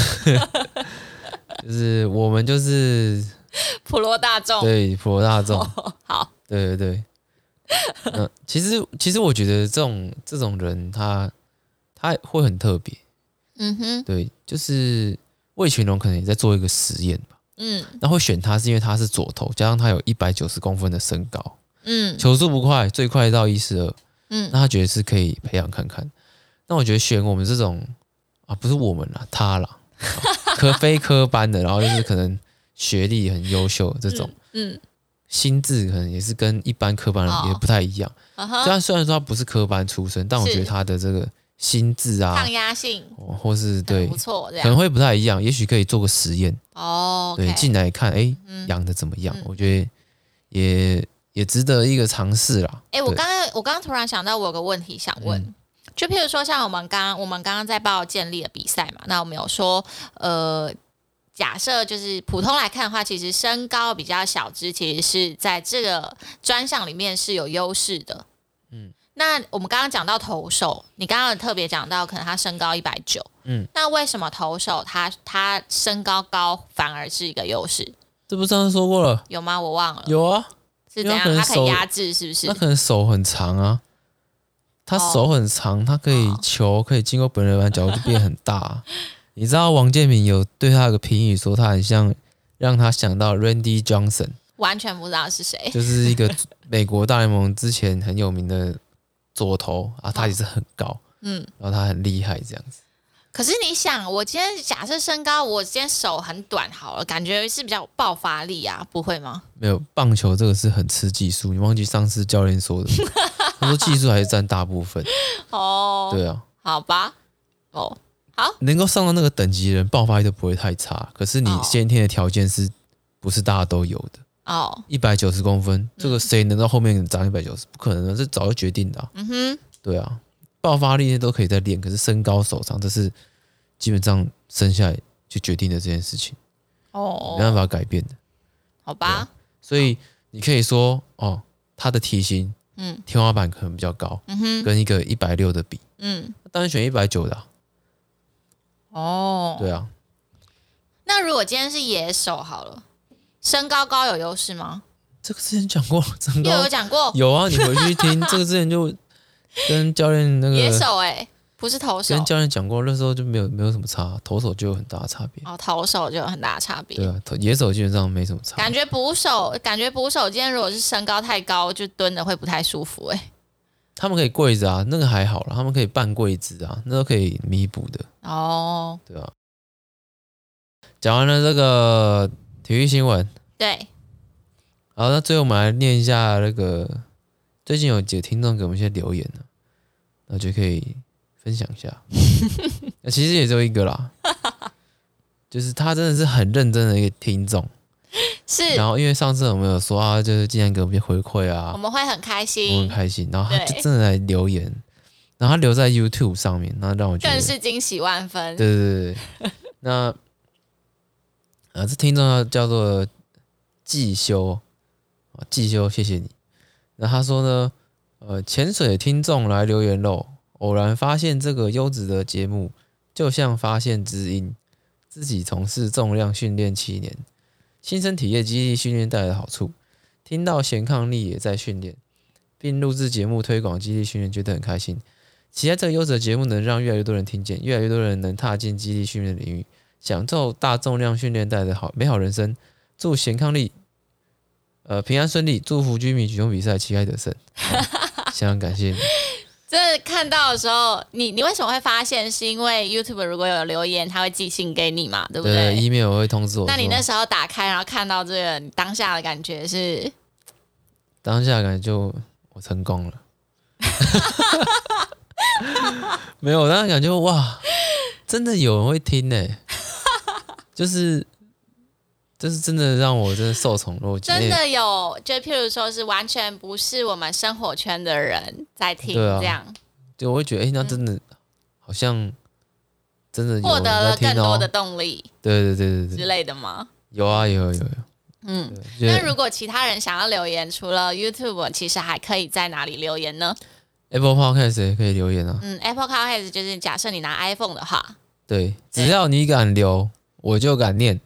就是我们就是普罗大众， 对普罗大众。 哦、好， 对对对。嗯，其实其实我觉得这种这种人他他会很特别。嗯哼，对，就是味全龙可能也在做一个实验吧。嗯，那会选他是因为他是左投，加上他有一百九十公分的身高，嗯，球速不快，最快到一四二，嗯，那他觉得是可以培养看看。那我觉得选我们这种啊，不是我们啦，他啦，科非科班的，然后就是可能学历很优秀这种，嗯，嗯心智可能也是跟一般科班人也不太一样。哦、虽然虽然说他不是科班出身，但我觉得他的这个心智啊、 抗压性， 或是对不错，这样可能会不太一样，也许可以做个实验哦。 对，进来看，哎，养的怎么样？我觉得也也值得一个尝试啦。 哎，我刚刚我刚刚突然想到，我有个问题想问。嗯就譬如说，像我们刚我们刚刚在报建立的比赛嘛，那我们有说，呃，假设就是普通来看的话，其实身高比较小只，其实是在这个专项里面是有优势的。嗯，那我们刚刚讲到投手，你刚刚特别讲到，可能他身高一百九，嗯，那为什么投手他他身高高反而是一个优势？ 这不上次说过了？ 有吗？我忘了。 有啊， 是怎样？他可以压制，是不是？ 他可能手很长啊。他手很长，他可以球可以经过本人板角就变很大、啊。你知道王建民有对他有个评语说他很像，让他想到 Randy Johnson， 完全不知道是谁， 就是一个美国大联盟之前很有名的左投啊，他也是很高，嗯，然后他很厉害这样子。 可是你想，我今天假设身高，我今天手很短好了，感觉是比较有爆发力啊，不会吗？ 没有，棒球这个是很吃技术，你忘记上次教练说的，他说技术还是占大部分。 哦， 对啊， 好吧，哦，好， 能够上到那个等级的人，爆发力都不会太差。可是你先天的条件是不是大家都有的？哦，一百九十公分，这个谁能到后面长一百九十？不可能的，这早就决定的、啊。嗯哼，对啊。爆发力都可以再练，可是身高手长这是基本上生下来就决定的这件事情，哦，没办法改变的， 好吧？啊、 所以你可以说，哦，他的体型，嗯，天花板可能比较高，嗯哼，跟一个一百六的比，嗯，当然选一百九的、啊，哦，对啊。 那如果今天是野手好了，身高高有优势吗？ 这个之前讲过，身高有讲过， 有啊，你回去听，这个之前就。跟教练那个野手哎、欸，不是投手。 跟教练讲过，那时候就没有没有什么差，投手就有很大的差别。 哦，投手就有很大的差别。 对啊，野手基本上没什么差。 感觉捕手，感觉捕手今天如果是身高太高，就蹲的会不太舒服哎、欸。 他们可以跪着啊，那个还好啦，他们可以半跪姿啊，那都可以弥补的。哦，对啊。讲完了这个体育新闻， 对。 好，那最后我们来念一下那个。最近有几个听众给我们一些留言呢，那就可以分享一下。那其实也只有一个啦，就是他真的是很认真的一个听众。 是。 然后因为上次我们有说啊，就是竟然给我们回馈啊， 我们会很开心， 我们很开心。然后他就真的来留言，然后他留在 YouTube 上面，然后让我觉得更是惊喜万分。 对对对。那啊，这听众叫做季修，季修，谢谢你。那他说呢，呃，潜水的听众来留言喽，偶然发现这个优质的节目，就像发现知音。自己从事重量训练七年，亲身体验肌力训练带来的好处，听到贤伉俪也在训练，并录制节目推广肌力训练，觉得很开心。期待这个优质的节目能让越来越多人听见，越来越多人能踏进肌力训练领域，享受大重量训练带来的好美好人生。祝贤伉俪呃，平安顺利，祝福居民举重比赛旗开得胜，非常感谢你。 这看到的时候，你你为什么会发现？是因为 YouTube 如果有留言，他会寄信给你嘛，对不对？ 对 ，email 会通知我。 那你那时候打开，然后看到这个，你当下的感觉是？ 当下的感觉就我成功了。没有，我当时感觉哇，真的有人会听呢、欸，就是。这是真的让我真的受宠若惊， 真的有，就譬如说是完全不是我们生活圈的人在听， 啊、 这样， 对，我会觉得，哎、欸，那真的、嗯、好像真的有获得了更多的动力， 对对对对对之类的吗？ 有啊，有有有有， 嗯，那如果其他人想要留言，除了 YouTube， 其实还可以在哪里留言呢 ？Apple Podcast 也可以留言啊。 嗯 ，Apple Podcast 就是假设你拿 iPhone 的话， 对，只要你敢留，我就敢念。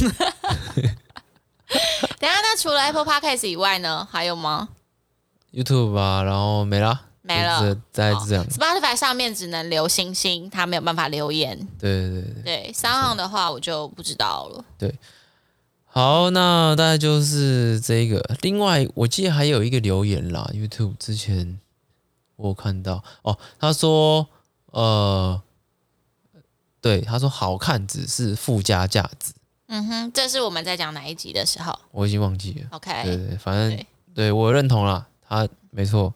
等一下，那除了 Apple Podcast 以外呢，还有吗 ？YouTube 啊，然后没了， 没了， 再这样、哦。 Spotify 上面只能留星星，它没有办法留言。 对对对对，三行的话我就不知道了。 对，好，那大概就是这个。另外，我记得还有一个留言啦 ，YouTube 之前我有看到哦，他说，呃，对，他说好看只是附加价值。 嗯哼，这是我们在讲哪一集的时候？ 我已经忘记了。 OK， 对对，反正 对, 对我认同了，他没错，应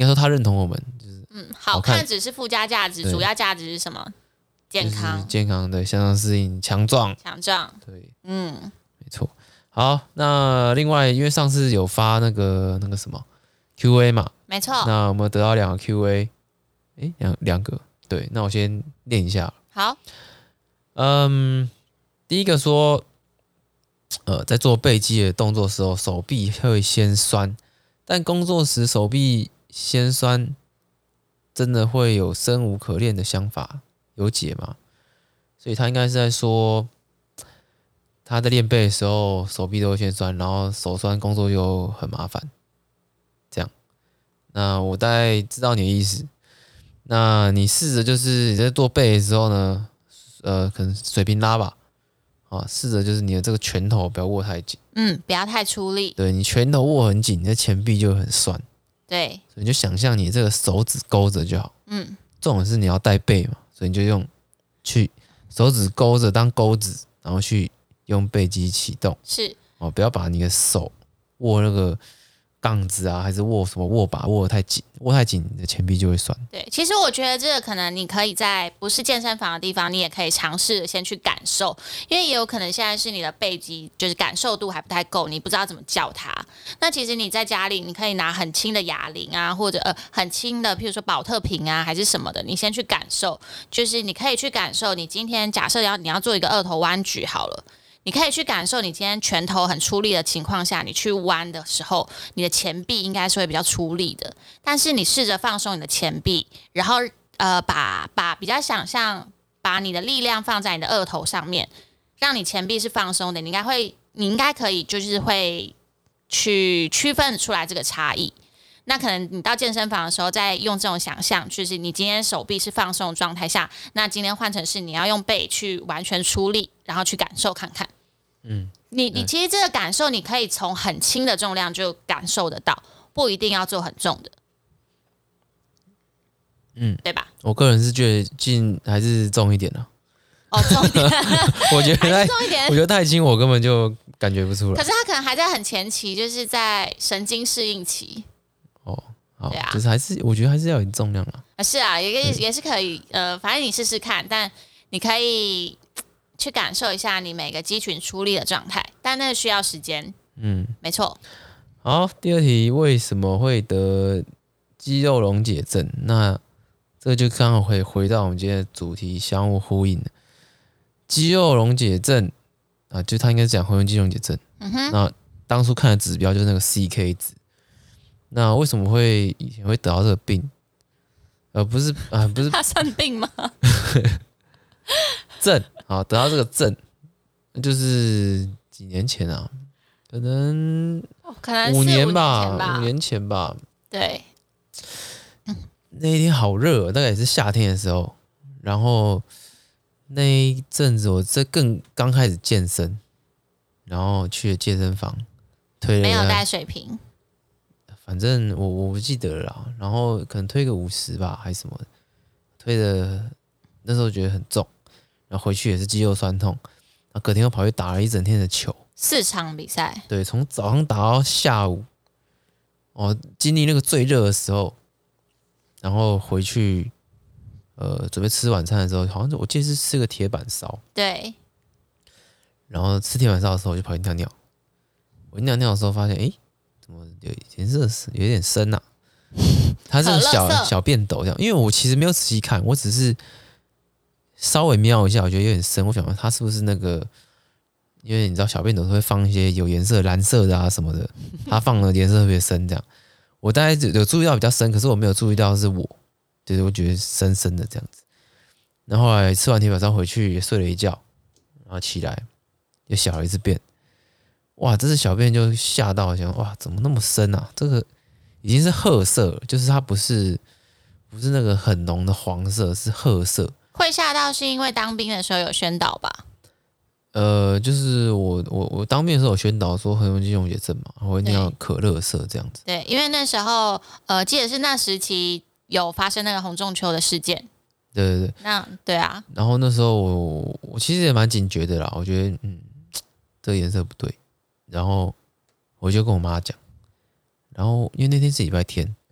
该说他认同我们，就是嗯，好看只是附加价值，主要价值是什么？健康， 就是健康的向上适应，强壮， 强壮， 对， 嗯， 没错。好，那另外因为上次有发那个那个什么 Q A 嘛， 没错。 那我们得到两个 Q A， 诶，两两个，对，那我先念一下。 好， 嗯，第一个说，呃，在做背肌的动作的时候，手臂会先酸，但工作时手臂先酸，真的会有生无可恋的想法，有解吗？所以他应该是在说，他在练背的时候手臂都会先酸，然后手酸工作又很麻烦，这样。那我大概知道你的意思。那你试着就是你在做背的时候呢，呃，可能水平拉吧，啊，试着就是你的这个拳头不要握太紧， 嗯，不要太出力。 对你拳头握很紧，你的前臂就会很酸。 对， 所以你就想象你这个手指勾着就好。 嗯， 重点是你要带背嘛，所以你就用去手指勾着当钩子，然后去用背肌启动。 是哦，不要把你的手握那个杠子啊，还是握什么握把握得太紧，握太紧你的前臂就会酸。 对，其实我觉得这个可能你可以在不是健身房的地方，你也可以尝试先去感受，因为也有可能现在是你的背肌就是感受度还不太够，你不知道怎么叫它。那其实你在家里，你可以拿很轻的哑铃啊，或者呃很轻的，譬如说保特瓶啊，还是什么的，你先去感受，就是你可以去感受，你今天假设要你要做一个二头弯举好了。你可以去感受，你今天拳头很出力的情况下，你去弯的时候，你的前臂应该是会比较出力的。但是你试着放松你的前臂，然后呃，把把比较想象，把你的力量放在你的二头上面，让你前臂是放松的。你应该会，你应该可以，就是会去区分出来这个差异。那可能你到健身房的时候，再用这种想象，就是你今天手臂是放松的状态下，那今天换成是你要用背去完全出力，然后去感受看看。嗯，你你其实这个感受，你可以从很轻的重量就感受得到，不一定要做很重的。嗯，对吧？ 我个人是觉得进还是重一点的。 哦，重一点， 我觉得太重一点， 我觉得太轻，我根本就感觉不出来。 可是他可能还在很前期，就是在神经适应期。 哦，好， 对啊， 就是还是我觉得还是要有点重量啦。 啊，是啊，也也也是可以，呃，反正你试试看，但你可以去感受一下你每个肌群出力的状态，但那需要时间。嗯，没错。 好，第二题，为什么会得肌肉溶解症？那这个就刚好会回到我们今天的主题，相互呼应的肌肉溶解症啊，就他应该是讲回纹肌溶解症。嗯哼。那当初看的指标就是那个 C K 值。那为什么会以前会得到这个病？呃，不是啊，不是他算病吗？ 症啊，得到这个症，就是几年前啊，可能可能五年吧， 五年前吧。 对， 那一天好热，大概也是夏天的时候，然后那一阵子我这更刚开始健身，然后去了健身房，推了没有带水瓶。 反正我我不记得了啦，然后可能推个五十吧，还是什么的，推的那时候觉得很重，然后回去也是肌肉酸痛，然后隔天又跑去打了一整天的球， 四场比赛， 对，从早上打到下午，哦，经历那个最热的时候，然后回去，呃，准备吃晚餐的时候，好像我记得是吃个铁板烧， 对， 然后吃铁板烧的时候我就跑去尿尿，我尿尿的时候发现，诶。怎么有颜色有点深呐、啊？它是个小小便斗这样，因为我其实没有仔细看，我只是稍微瞄一下，我觉得有点深。我想它是不是那个？因为你知道小便斗都会放一些有颜色、蓝色的啊什么的，它放的颜色特别深这样。我大概有注意到比较深，可是我没有注意到是我，就是我觉得深深的这样子。然后后来吃完铁板烧回去也睡了一觉，然后起来又小了一次便。哇！这次小便就吓到，想哇，怎么那么深啊？这个已经是褐色了，就是它不是不是那个很浓的黄色，是褐色。 会吓到是因为当兵的时候有宣导吧？ 呃，就是我我我当兵的时候有宣导说回纹肌溶解症嘛，我一定要可乐色这样子。 对，因为那时候呃，记得是那时期有发生那个洪仲丘的事件。 对对对， 那对啊。 然后那时候我我其实也蛮警觉的啦，我觉得嗯，这个颜色不对。然后我就跟我妈讲，然后因为那天是礼拜天，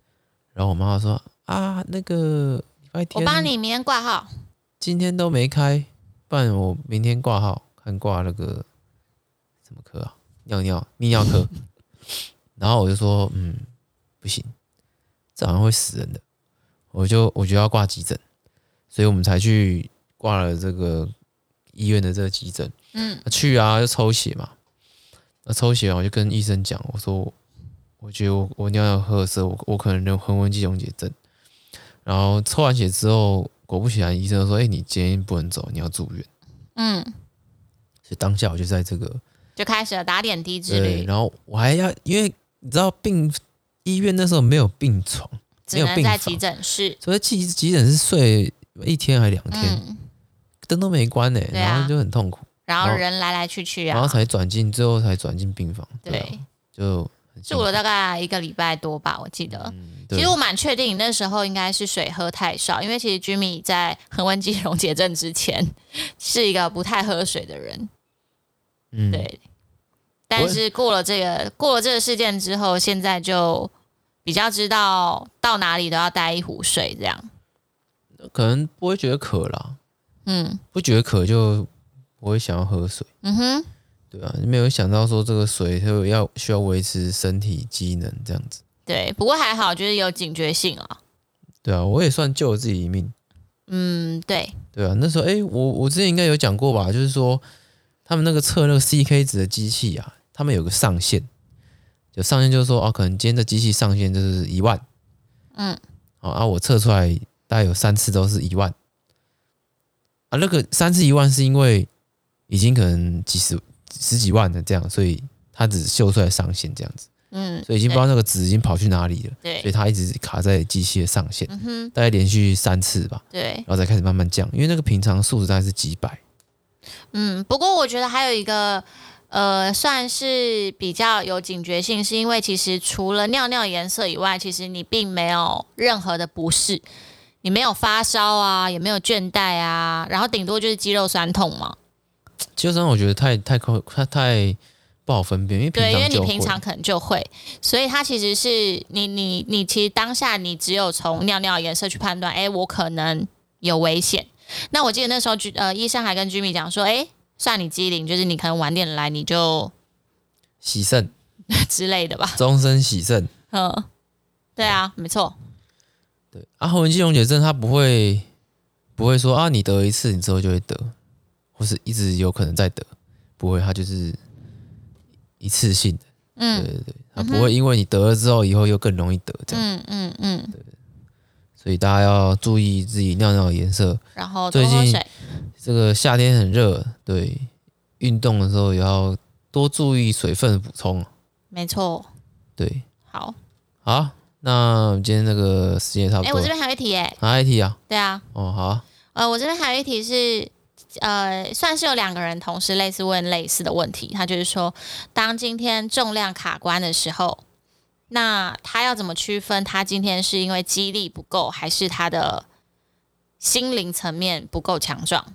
然后我妈说啊，那个礼拜天我帮你明天挂号， 今天都没开，不然我明天挂号，看挂那个什么科啊，尿尿泌尿科。然后我就说，嗯，不行，这好像会死人的，我就我就要挂急诊，所以我们才去挂了这个医院的这个急诊。嗯，去啊，就抽血嘛。那抽血完我就跟医生讲，我说，我觉得我我尿尿喝色，我我可能有横纹肌溶解症。然后抽完血之后，果不其然，医生说，哎、欸，你今天不能走，你要住院。嗯，所以当下我就在这个就开始了打点滴之旅。 对，然后我还要因为。你知道病医院那时候没有病床， 只能在急诊室， 所以急急诊室睡一天还两天，灯、嗯、都没关呢、欸啊，然后就很痛苦。 然后人来来去去啊， 然后才转进，最后才转进病房。对、啊，就住了大概一个礼拜多吧，我记得。嗯、其实我蛮确定那时候应该是水喝太少，因为其实 Jimmy 在横纹肌溶解症之前是一个不太喝水的人。嗯，对。但是过了这个过了这个事件之后，现在就比较知道到哪里都要带一壶水，这样可能不会觉得渴啦，嗯，不觉得渴就不会想要喝水，嗯哼，对啊，没有想到说这个水就要需要维持身体机能这样子， 对，不过还好，就是有警觉性啊， 对啊，我也算救了自己一命， 嗯，对， 对啊，那时候哎、欸，我我之前应该有讲过吧，就是说他们那个测那个 C K 值的机器啊。他们有个上限，就上限就是说，哦，可能今天这机器上限就是一万，嗯，好啊，我测出来大概有三次都是一万，啊，那个三次一万是因为已经可能几十十几万的这样，所以它只秀出来上限这样子，嗯，所以已经不知道那个值已经跑去哪里了，对，所以它一直卡在机器的上限，嗯哼，大概连续三次吧， 对， 然后再开始慢慢降，因为那个平常数值大概是几百， 嗯，不过我觉得还有一个。呃，算是比较有警觉性，是因为其实除了尿尿颜色以外，其实你并没有任何的不适，你没有发烧啊，也没有倦怠啊，然后顶多就是肌肉酸痛嘛。 肌肉酸痛我觉得太太太太不好分辨，因为平常对，因为你平常可能就会，所以它其实是你你你其实当下你只有从尿尿颜色去判断，哎，我可能有危险。那我记得那时候呃，医生还跟 Jimmy 讲说，哎。算你机灵，就是你可能晚点来，你就洗肾之类的吧， 终身洗肾。 嗯，对啊，没错。 对啊，横纹肌溶解症它不会不会说啊，你得一次你之后就会得，或是一直有可能再得，不会，它就是一次性的。嗯，对对对，它不会因为你得了之后以后又更容易得这样。嗯嗯嗯。对，所以大家要注意自己尿尿的颜色， 然后多喝水。 这个夏天很热，对，运动的时候也要多注意水分的补充。 没错， 对， 好， 好，那今天这个时间差不多。 哎、欸，我这边还有一题耶， 还有一题啊？ 对啊， 哦，好啊， 呃，我这边还有一题是，呃，算是有两个人同时类似问类似的问题，他就是说，当今天重量卡关的时候，那他要怎么区分他今天是因为肌力不够，还是他的心灵层面不够强壮？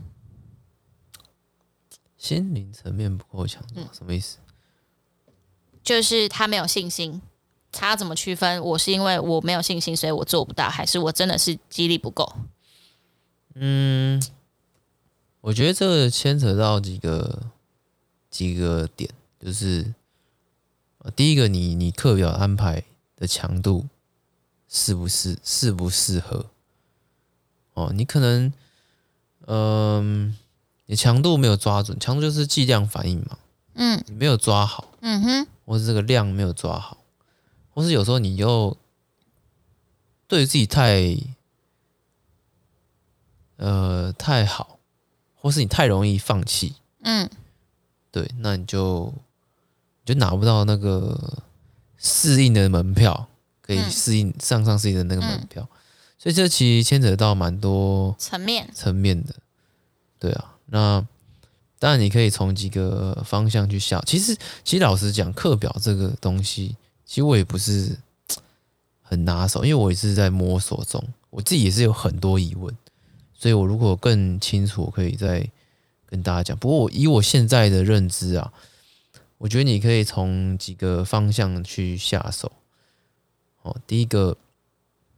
心灵层面不够强壮、嗯、什么意思？ 就是他没有信心，他要怎么区分我是因为我没有信心所以我做不到，还是我真的是肌力不够？ 嗯，我觉得这个牵扯到几个几个点，就是第一个你你课表安排的强度适不适适不适合哦，你可能嗯。呃你强度没有抓准，强度就是剂量反应嘛，嗯，你没有抓好，嗯哼，或是这个量没有抓好，或是有时候你又对自己太呃太好，或是你太容易放弃，嗯，对，那你就你就拿不到那个适应的门票，可以适应上上适应的那个门票，嗯、所以这其实牵扯到蛮多层面层面的，对啊。那当然，你可以从几个方向去下。其实，其实老实讲，课表这个东西，其实我也不是很拿手，因为我也是在摸索中，我自己也是有很多疑问，所以我如果更清楚，我可以再跟大家讲。不过，我以我现在的认知啊，我觉得你可以从几个方向去下手。哦，第一个，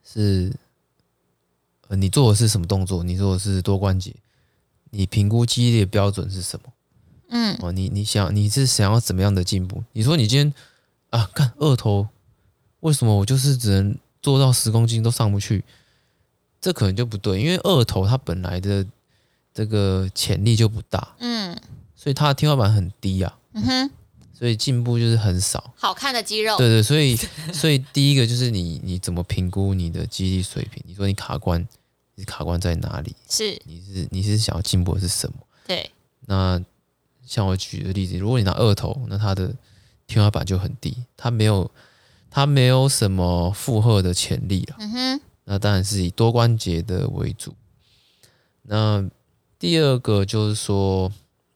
是呃你做的是什么动作，你做的是多关节，你评估肌力的标准是什么？嗯，哦，你你想你是想要怎么样的进步？你说你今天啊，看二头，为什么我就是只能做到十公斤都上不去？这可能就不对，因为二头它本来的这个潜力就不大，嗯，所以它的天花板很低啊，嗯哼，所以进步就是很少。 好看的肌肉， 对对，所以所以第一个就是你你怎么评估你的肌力水平？你说你卡关，你卡关在哪里？ 是你是你是想要进步的是什么？ 对， 那像我举的例子，如果你拿二头，那它的天花板就很低，它没有它没有什么负荷的潜力了，嗯哼。那当然是以多关节的为主。那第二个就是说，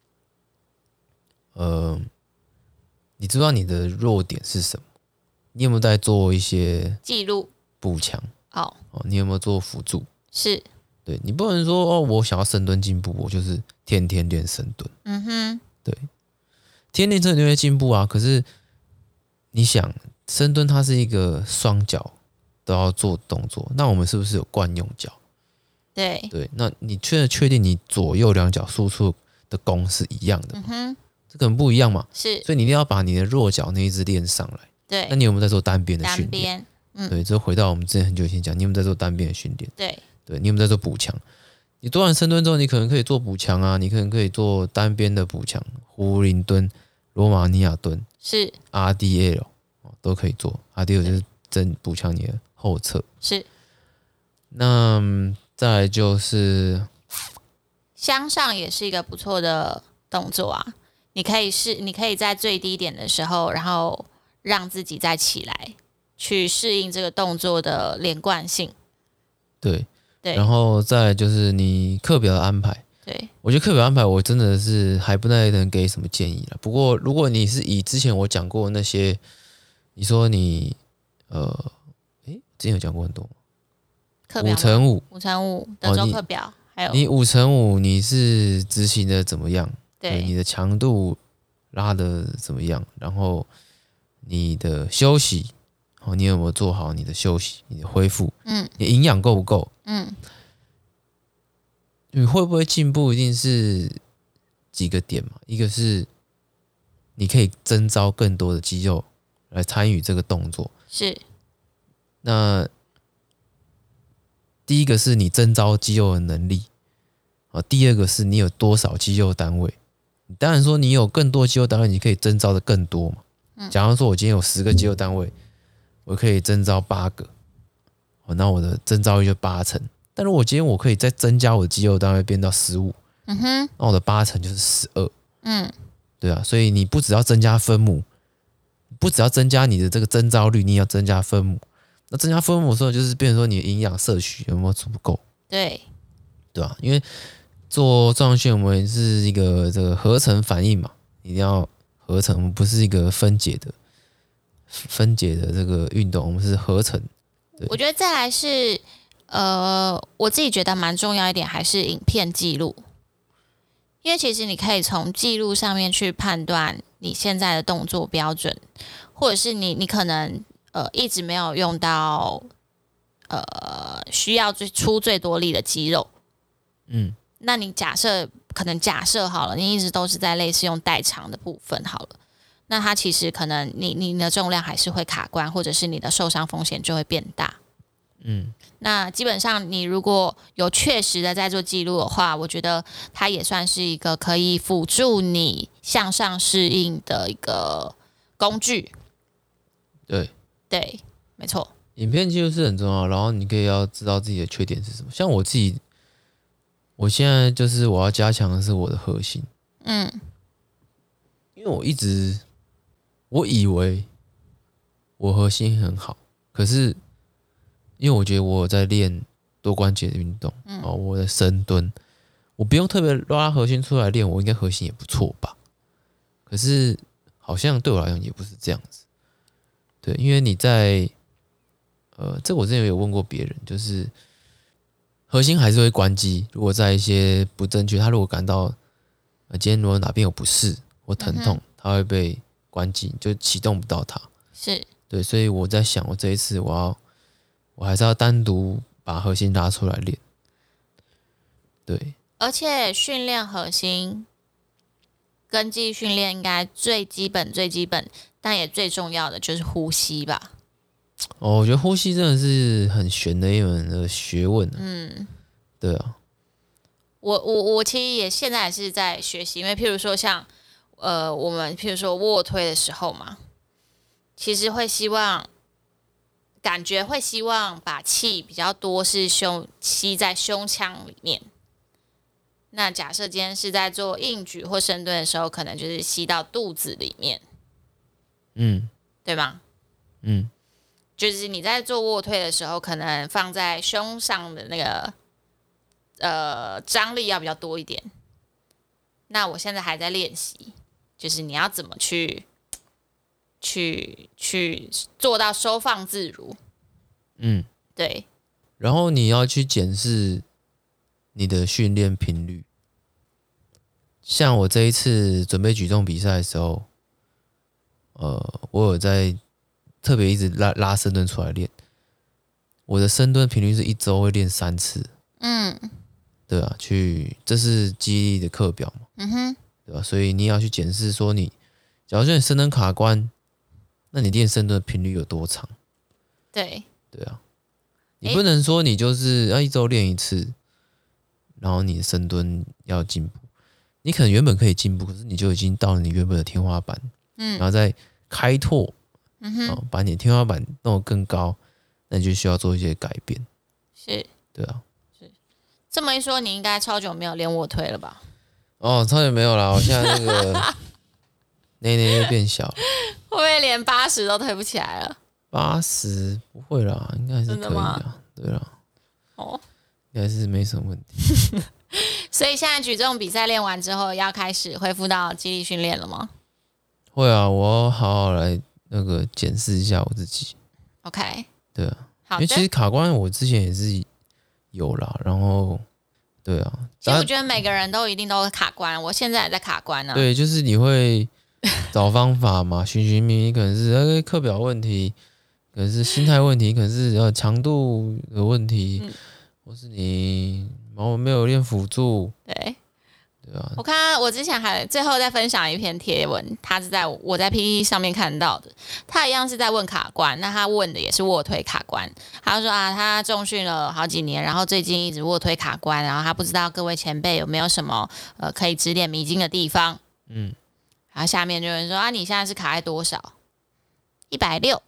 呃，你知道你的弱点是什么？你有没有在做一些记录补强？ 哦， 哦，你有没有做辅助？ 是， 对，你不能说哦，我想要深蹲进步，我就是天天练深蹲。嗯哼，对，天天练深蹲会进步啊。可是你想，深蹲它是一个双脚都要做动作，那我们是不是有惯用脚？ 对对，那你确确定你左右两脚输出的功是一样的吗？嗯、这可能不一样嘛。 是， 所以你一定要把你的弱脚那一只练上来。 对， 那你有没有在做单边的训练？ 单边，嗯， 对，这回到我们之前很久以前讲，你有没有在做单边的训练？ 对， 对，你有没有在做补强？你做完深蹲之后，你可能可以做补强啊，你可能可以做单边的补强，壶铃蹲、罗马尼亚蹲， 是 R D L 都可以做。R D L 就是增补强你的后侧。 是。 那再来就是向上也是一个不错的动作啊，你可以是你可以在最低点的时候，然后让自己再起来，去适应这个动作的连贯性。 对。 对， 然后再来就是你课表的安排。 对， 我觉得课表安排我真的是还不太能给什么建议了。不过如果你是以之前我讲过那些，你说你呃，诶，之前有讲过很多吗？ 课表五乘五， 五乘五的周课表，哦、还有你五乘五你是执行的怎么样？ 对， 你的强度拉的怎么样？然后你的休息。哦，你有没有做好你的休息、你的恢复？嗯，你营养够不够？嗯，你会不会进步？一定是几个点嘛？一个是你可以征召更多的肌肉来参与这个动作， 是。 那第一个是你征召肌肉的能力，啊，第二个是你有多少肌肉单位。当然说你有更多肌肉单位，你可以征召的更多嘛。嗯，假如说我今天有十个肌肉单位。我可以征召八个，那我的征召率就八成。但如果今天我可以再增加我的肌肉单位变到十五，嗯哼，那我的八成就是十二，嗯，对啊。所以你不只要增加分母，不只要增加你的这个征召率，你也要增加分母。那增加分母的时候，就是变成说你的营养摄取有没有足够？ 对， 对啊，因为做重量训练我们是一个这个合成反应嘛，一定要合成，我们不是一个分解的。分解的这个运动，我们是合成。 我觉得再来是，呃，我自己觉得蛮重要一点，还是影片记录，因为其实你可以从记录上面去判断你现在的动作标准，或者是你你可能呃一直没有用到呃需要最出最多力的肌肉，嗯，那你假设可能假设好了，你一直都是在类似用代偿的部分好了。那它其实可能你你的重量还是会卡关，或者是你的受伤风险就会变大。嗯，那基本上你如果有确实的在做记录的话，我觉得它也算是一个可以辅助你向上适应的一个工具。 对对，没错。 影片记录是很重要，然后你可以要知道自己的缺点是什么。像我自己，我现在就是我要加强的是我的核心。嗯，因为我一直。我以为我核心很好，可是因为我觉得我有在练多关节的运动，嗯、哦，我的深蹲，我不用特别拉核心出来练，我应该核心也不错吧？可是好像对我来讲也不是这样子，对，因为你在呃，这我之前有问过别人，就是核心还是会关机，如果在一些不正确，他如果感到呃今天如果哪边有不适或疼痛，嗯、他会被关机，就启动不到它。 是对， 所以我在想，我这一次我要我还是要单独把核心拉出来练。对， 而且训练核心跟肌力训练应该最基本最基本，但也最重要的就是呼吸吧。 哦，我觉得呼吸真的是很玄的一门的学问、啊。嗯，对啊。 我我我其实也现在也是在学习，因为譬如说像呃我们譬如说卧推的时候嘛，其实会希望感觉会希望把气比较多是胸吸在胸腔里面。那假设今天是在做硬举或深蹲的时候，可能就是吸到肚子里面， 嗯， 对吗？ 嗯， 就是你在做卧推的时候，可能放在胸上的那个。呃，张力要比较多一点。那我现在还在练习，就是你要怎么去去去做到收放自如。嗯，对。 然后你要去检视你的训练频率。像我这一次准备举重比赛的时候，呃，我有在特别一直拉拉深蹲出来练。我的深蹲频率是一周会练三次。嗯。对啊，去这是肌力的课表嘛，嗯哼，对吧、啊？所以你要去检视说你，假如说你深蹲卡关，那你练深蹲的频率有多长？ 对， 对啊，你不能说你就是要一周练一次，然后你的深蹲要进步，你可能原本可以进步，可是你就已经到了你原本的天花板，嗯，然后再开拓，嗯哼，哦、把你的天花板弄得更高，那你就需要做一些改变， 是， 对啊。 这么一说，你应该超久没有练卧推了吧？ 哦，超久没有啦，我现在那个内内又变小了， 会不会连八十都推不起来了？ 八十不会啦，应该是可以的。对啦，哦，应该是没什么问题。 所以现在举重比赛练完之后，要开始恢复到肌力训练了吗？ 会啊，我要好好来那个检视一下我自己。 OK， 对啊，因为其实卡关我之前也是。有啦，然后对啊， 其实我觉得每个人都一定都会卡关，我现在也在卡关呢、啊。 对，就是你会找方法嘛，寻寻觅觅，可能是呃课表问题，可能是心态问题，可能是呃强度的问题，嗯、或是你毛没有练辅助。 对。 对啊， 我看我之前还最后再分享一篇贴文，他是在我在 P P T 上面看到的，他一样是在问卡关，那他问的也是卧推卡关，他就说啊，他重训了好几年，然后最近一直卧推卡关，然后他不知道各位前辈有没有什么呃可以指点迷津的地方，嗯，然后下面就有人说啊，你现在是卡在多少？一百六，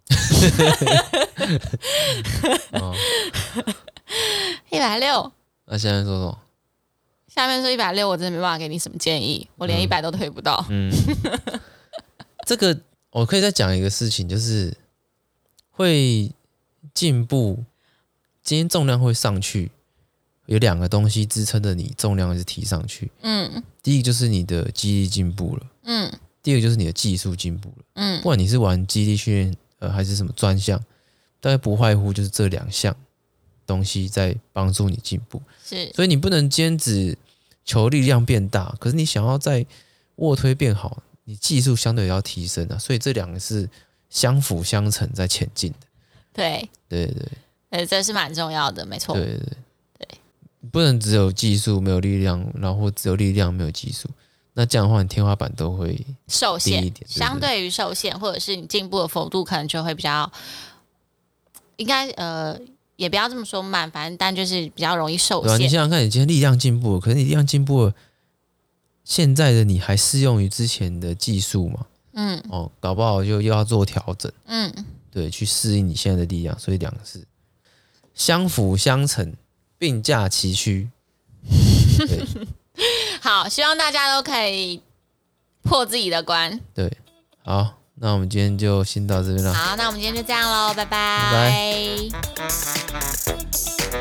一百六， 那现在说什么？ 下面说一百六，我真的没办法给你什么建议，我连一百都推不到。嗯， 嗯这个我可以再讲一个事情，就是会进步。今天重量会上去，有两个东西支撑着你重量是提上去。嗯，第一个就是你的肌力进步了。嗯，第二个就是你的技术进步了。嗯，不管你是玩肌力训练，呃，还是什么专项，大概不外乎就是这两项东西在帮助你进步。 是， 所以你不能今天只求力量变大，可是你想要在卧推变好，你技术相对要提升啊，所以这两个是相辅相成在前进的。 对， 对对对，这是蛮重要的，没错。 对对对，不能只有技术没有力量，然后或只有力量没有技术，那这样的话你天花板都会受限低一点， 相对于受限，或者是你进步的幅度可能就会比较，应该呃。也不要这么说慢，反正但就是比较容易受限。 对啊，你想想看，你今天力量进步了，可是你力量进步了，现在的你还适用于之前的技术嘛？嗯，哦，搞不好就又要做调整。嗯，对，去适应你现在的力量，所以两个是相辅相成，并驾齐驱。对， 好，希望大家都可以破自己的关。 对，好。那我们今天就先到这边了。 好，那我们今天就这样咯，拜拜。 拜拜。